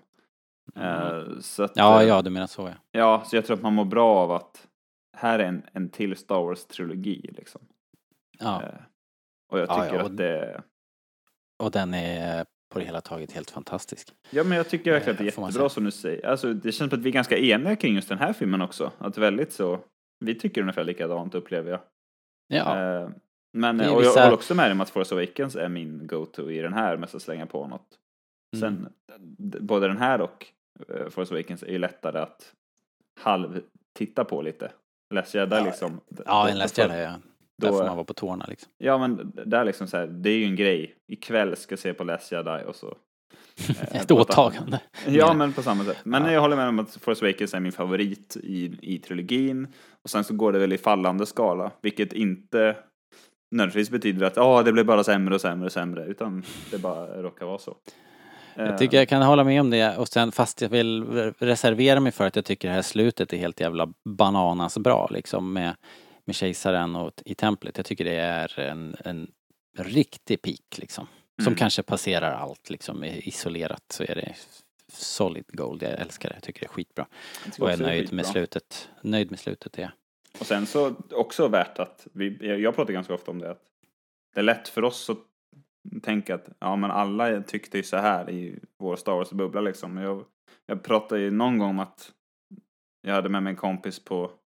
Så att, ja, du menar så ja. Ja, så jag tror att man mår bra av att här är en till Star Wars-trilogi liksom. Ja. Och jag tycker att det... Och den är på det hela taget helt fantastisk. Ja, men jag tycker verkligen att det är jättebra som du säger. Alltså, det känns som att vi är ganska eniga kring just den här filmen också. Att väldigt så... Vi tycker ungefär likadant, upplever jag. Ja. Men och jag håller också med om att Force Awakens är min go-to i den här, med att slänga på något. Sen, både den här och Force Awakens är ju lättare att titta på lite. Last Jedi liksom. Ja, en Last Jedi, ja. Där får man vara på tårna liksom. Ja, men där liksom så här, det är ju en grej. Ikväll ska jag se på Last Jedi och så... Ett åtagande. Ja, men på samma sätt. Men jag håller med om att Force Awakens är min favorit i trilogin. Och sen så går det väl i fallande skala. Vilket inte nödvändigtvis betyder att det blir bara sämre och sämre och sämre. Utan det bara råkar vara så. Jag tycker jag kan hålla med om det. Och sen fast jag vill reservera mig för att jag tycker det här slutet är helt jävla bananas bra. Liksom med kejsaren och i templet. Jag tycker det är en riktig peak liksom. Som kanske passerar allt liksom. Isolerat så är det solid gold. Jag älskar det. Jag tycker det är skitbra. Och är nöjd med slutet. Nöjd med slutet, ja. Och sen så också värt att jag pratar ganska ofta om det. Att det är lätt för oss att tänka att men alla tyckte ju så här i vår Star Wars-bubbla liksom. Jag pratade ju någon gång om att jag hade med mig en kompis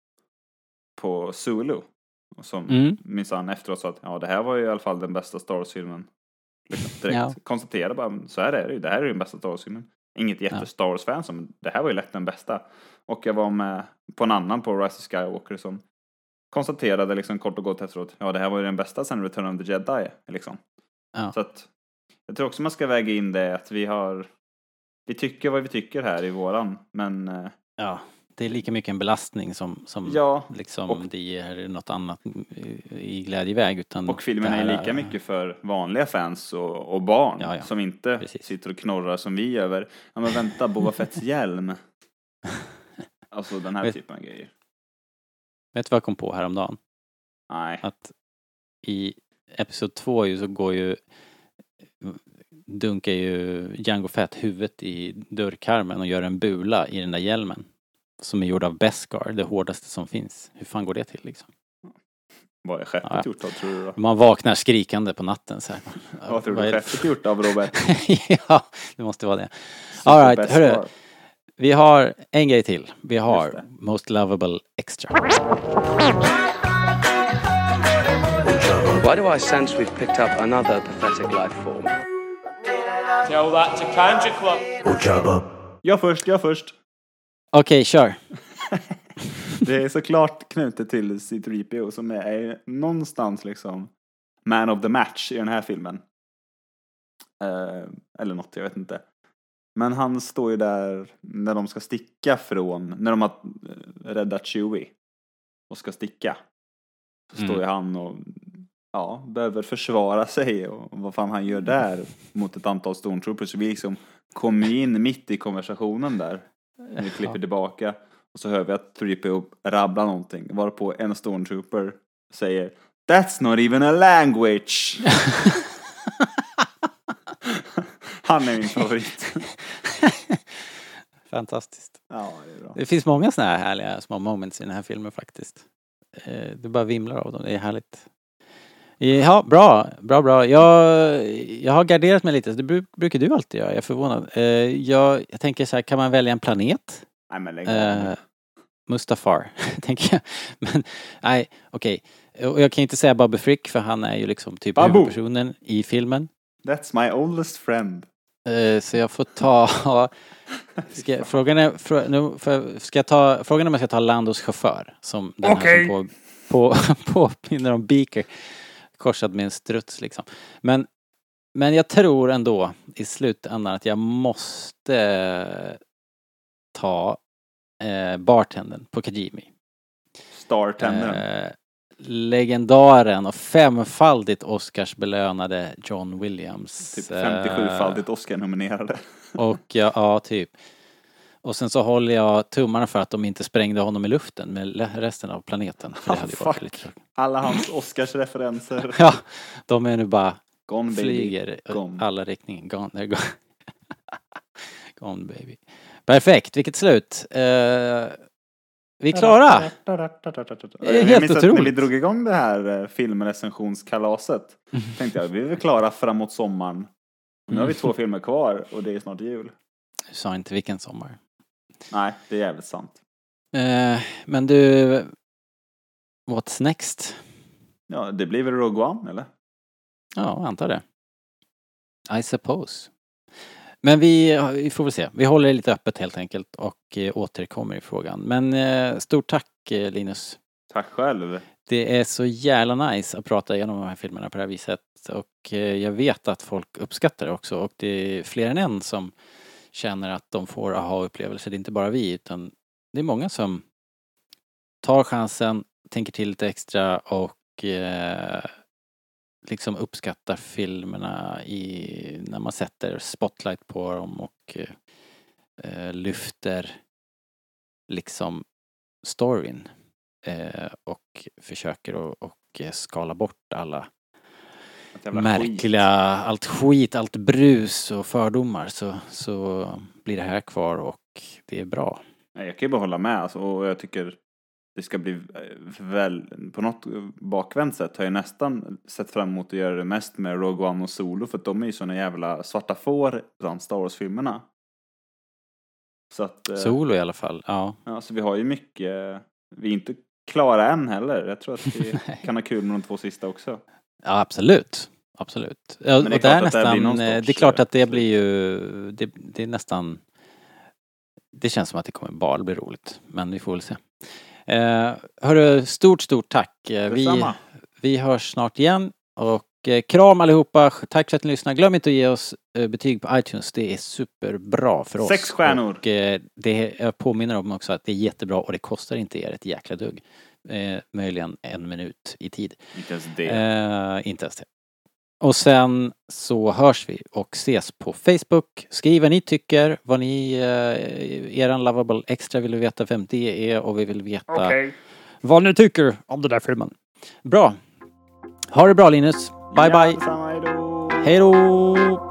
på Zulu. Som minsann efteråt sa att det här var ju i alla fall den bästa Star Wars-filmen. Liksom direkt konstaterade bara, så här är det ju. Det här är ju den bästa Star Wars-filmen. Inget Star Wars-fan som, det här var ju lätt den bästa. Och jag var med på en annan på Rise of Skywalker som konstaterade liksom kort och gott efteråt, det här var ju den bästa sen Return of the Jedi liksom. Ja. Så att jag tror också man ska väga in det att vi tycker vad vi tycker här i våran, men det är lika mycket en belastning som liksom och, det ger något annat i glädjeväg. Och filmen är lika mycket för vanliga fans och barn som inte sitter och knorrar som vi över. Ja, men vänta, Boba Fetts hjälm. Alltså den här typen av grejer. Vet du vad jag kom på häromdagen? Nej. Att i episod 2 så dunkar ju Jango Fett huvudet i dörrkarmen och gör en bula i den där hjälmen. Som är gjord av Beskar, det hårdaste som finns. Hur fan går det till liksom? Vad är skeppet gjort av, tror du då? Man vaknar skrikande på natten så här. Vad tror du skeppet gjort av, Robert? Ja, det måste vara det. All right, hörru. Vi har en grej till. Vi har Most Lovable Extra. Why do I sense we've picked up another pathetic life form? Tell that to Kanji Club. Jag först. Okej, kör. Det är såklart knutet till C-3PO som är någonstans liksom man of the match i den här filmen. Eller något, jag vet inte. Men han står ju där när de ska sticka när de har räddat Chewie och ska sticka. Så står ju han och behöver försvara sig och vad fan han gör där mot ett antal stormtroopers. Så vi liksom kommer in mitt i konversationen där. Vi klipper tillbaka och så hör vi att 3PO rabblar någonting. Varpå en stormtrooper säger "That's not even a language." Han är min favorit. Fantastiskt. Ja, det är bra. Det finns många såna här härliga små moments i den här filmen faktiskt. Det bara vimlar av dem, det är härligt. Ja, bra. Jag har garderat mig lite, det brukar du alltid göra, jag är förvånad. Jag tänker så här, kan man välja en planet? Nej, men lägg av. Mustafar, tänker jag. Men nej, okej. Och jag kan inte säga Babu Frick, för han är ju liksom typ Babu. huvudpersonen i filmen. That's my oldest friend. Så jag får ta... Frågan är om jag ska ta Landos chaufför, som den här som påminner om Beaker, korsad med en struts liksom. Men jag tror ändå i slutändan att jag måste ta bartendern på Kajimi. Startendern. Legendaren och 5-faldigt Oscarsbelönade John Williams. Typ 57-faldigt Oscar-nominerade. Och ja, typ. Och sen så håller jag tummarna för att de inte sprängde honom i luften med resten av planeten. För det hade ju varit lite tråkigt. Alla hans Oscars-referenser. Ja, de är nu bara Gone, flyger Gone. alla riktningar. Gone. Gone baby. Perfekt, vilket slut. Vi är klara. Det är helt otroligt. När vi drog igång det här filmrecensionskalaset tänkte jag, vi är väl klara framåt sommaren. Nu har vi 2 filmer kvar och det är snart jul. Du sa inte vilken sommar. Nej, det är jävligt sant. Men du, what's next? Ja, det blir väl Rogue One, eller? Ja, antar det. I suppose. Men vi får väl se. Vi håller det lite öppet helt enkelt och återkommer i frågan. Men stort tack Linus. Tack själv. Det är så jävla nice att prata igenom de här filmerna på det här viset. Och jag vet att folk uppskattar det också. Och det är fler än en som känner att de får aha-upplevelser. Det är inte bara vi, utan det är många som tar chansen, tänker till lite extra och liksom uppskattar filmerna när man sätter spotlight på dem och lyfter liksom storyn och försöker och skala bort alla märkliga allt skit, allt brus och fördomar, så blir det här kvar och det är bra. Jag kan ju bara hålla med alltså, och jag tycker det ska bli väl på något bakvänt sätt har jag nästan sett fram emot att göra det mest med Rogue One och Solo, för att de är ju såna jävla svarta får bland Star Wars-filmerna. Så att, Solo i alla fall, ja. Ja, så vi har ju mycket, vi är inte klara än heller. Jag tror att vi kan ha kul med de 2 sista också. Ja, absolut. Absolut. Ja, men och det är nästan, det är klart att det blir ju, det är nästan, det känns som att det kommer bara bli roligt. Men vi får väl se. Hörru, stort tack. Vi hörs snart igen. Och kram allihopa. Tack för att ni lyssnar. Glöm inte att ge oss betyg på iTunes. Det är superbra för oss. 6 stjärnor. Och jag påminner om också att det är jättebra och det kostar inte er ett jäkla dugg. Möjligen 1 minut i tid. Inte ens det. Inte ens det. Och sen så hörs vi och ses på Facebook. Skriv vad ni tycker, vad ni, eran Lovable Extra vill veta vem det är, och vi vill veta vad ni tycker om den där filmen. Bra. Ha det bra Linus. Bye bye. Hej då. Hej då.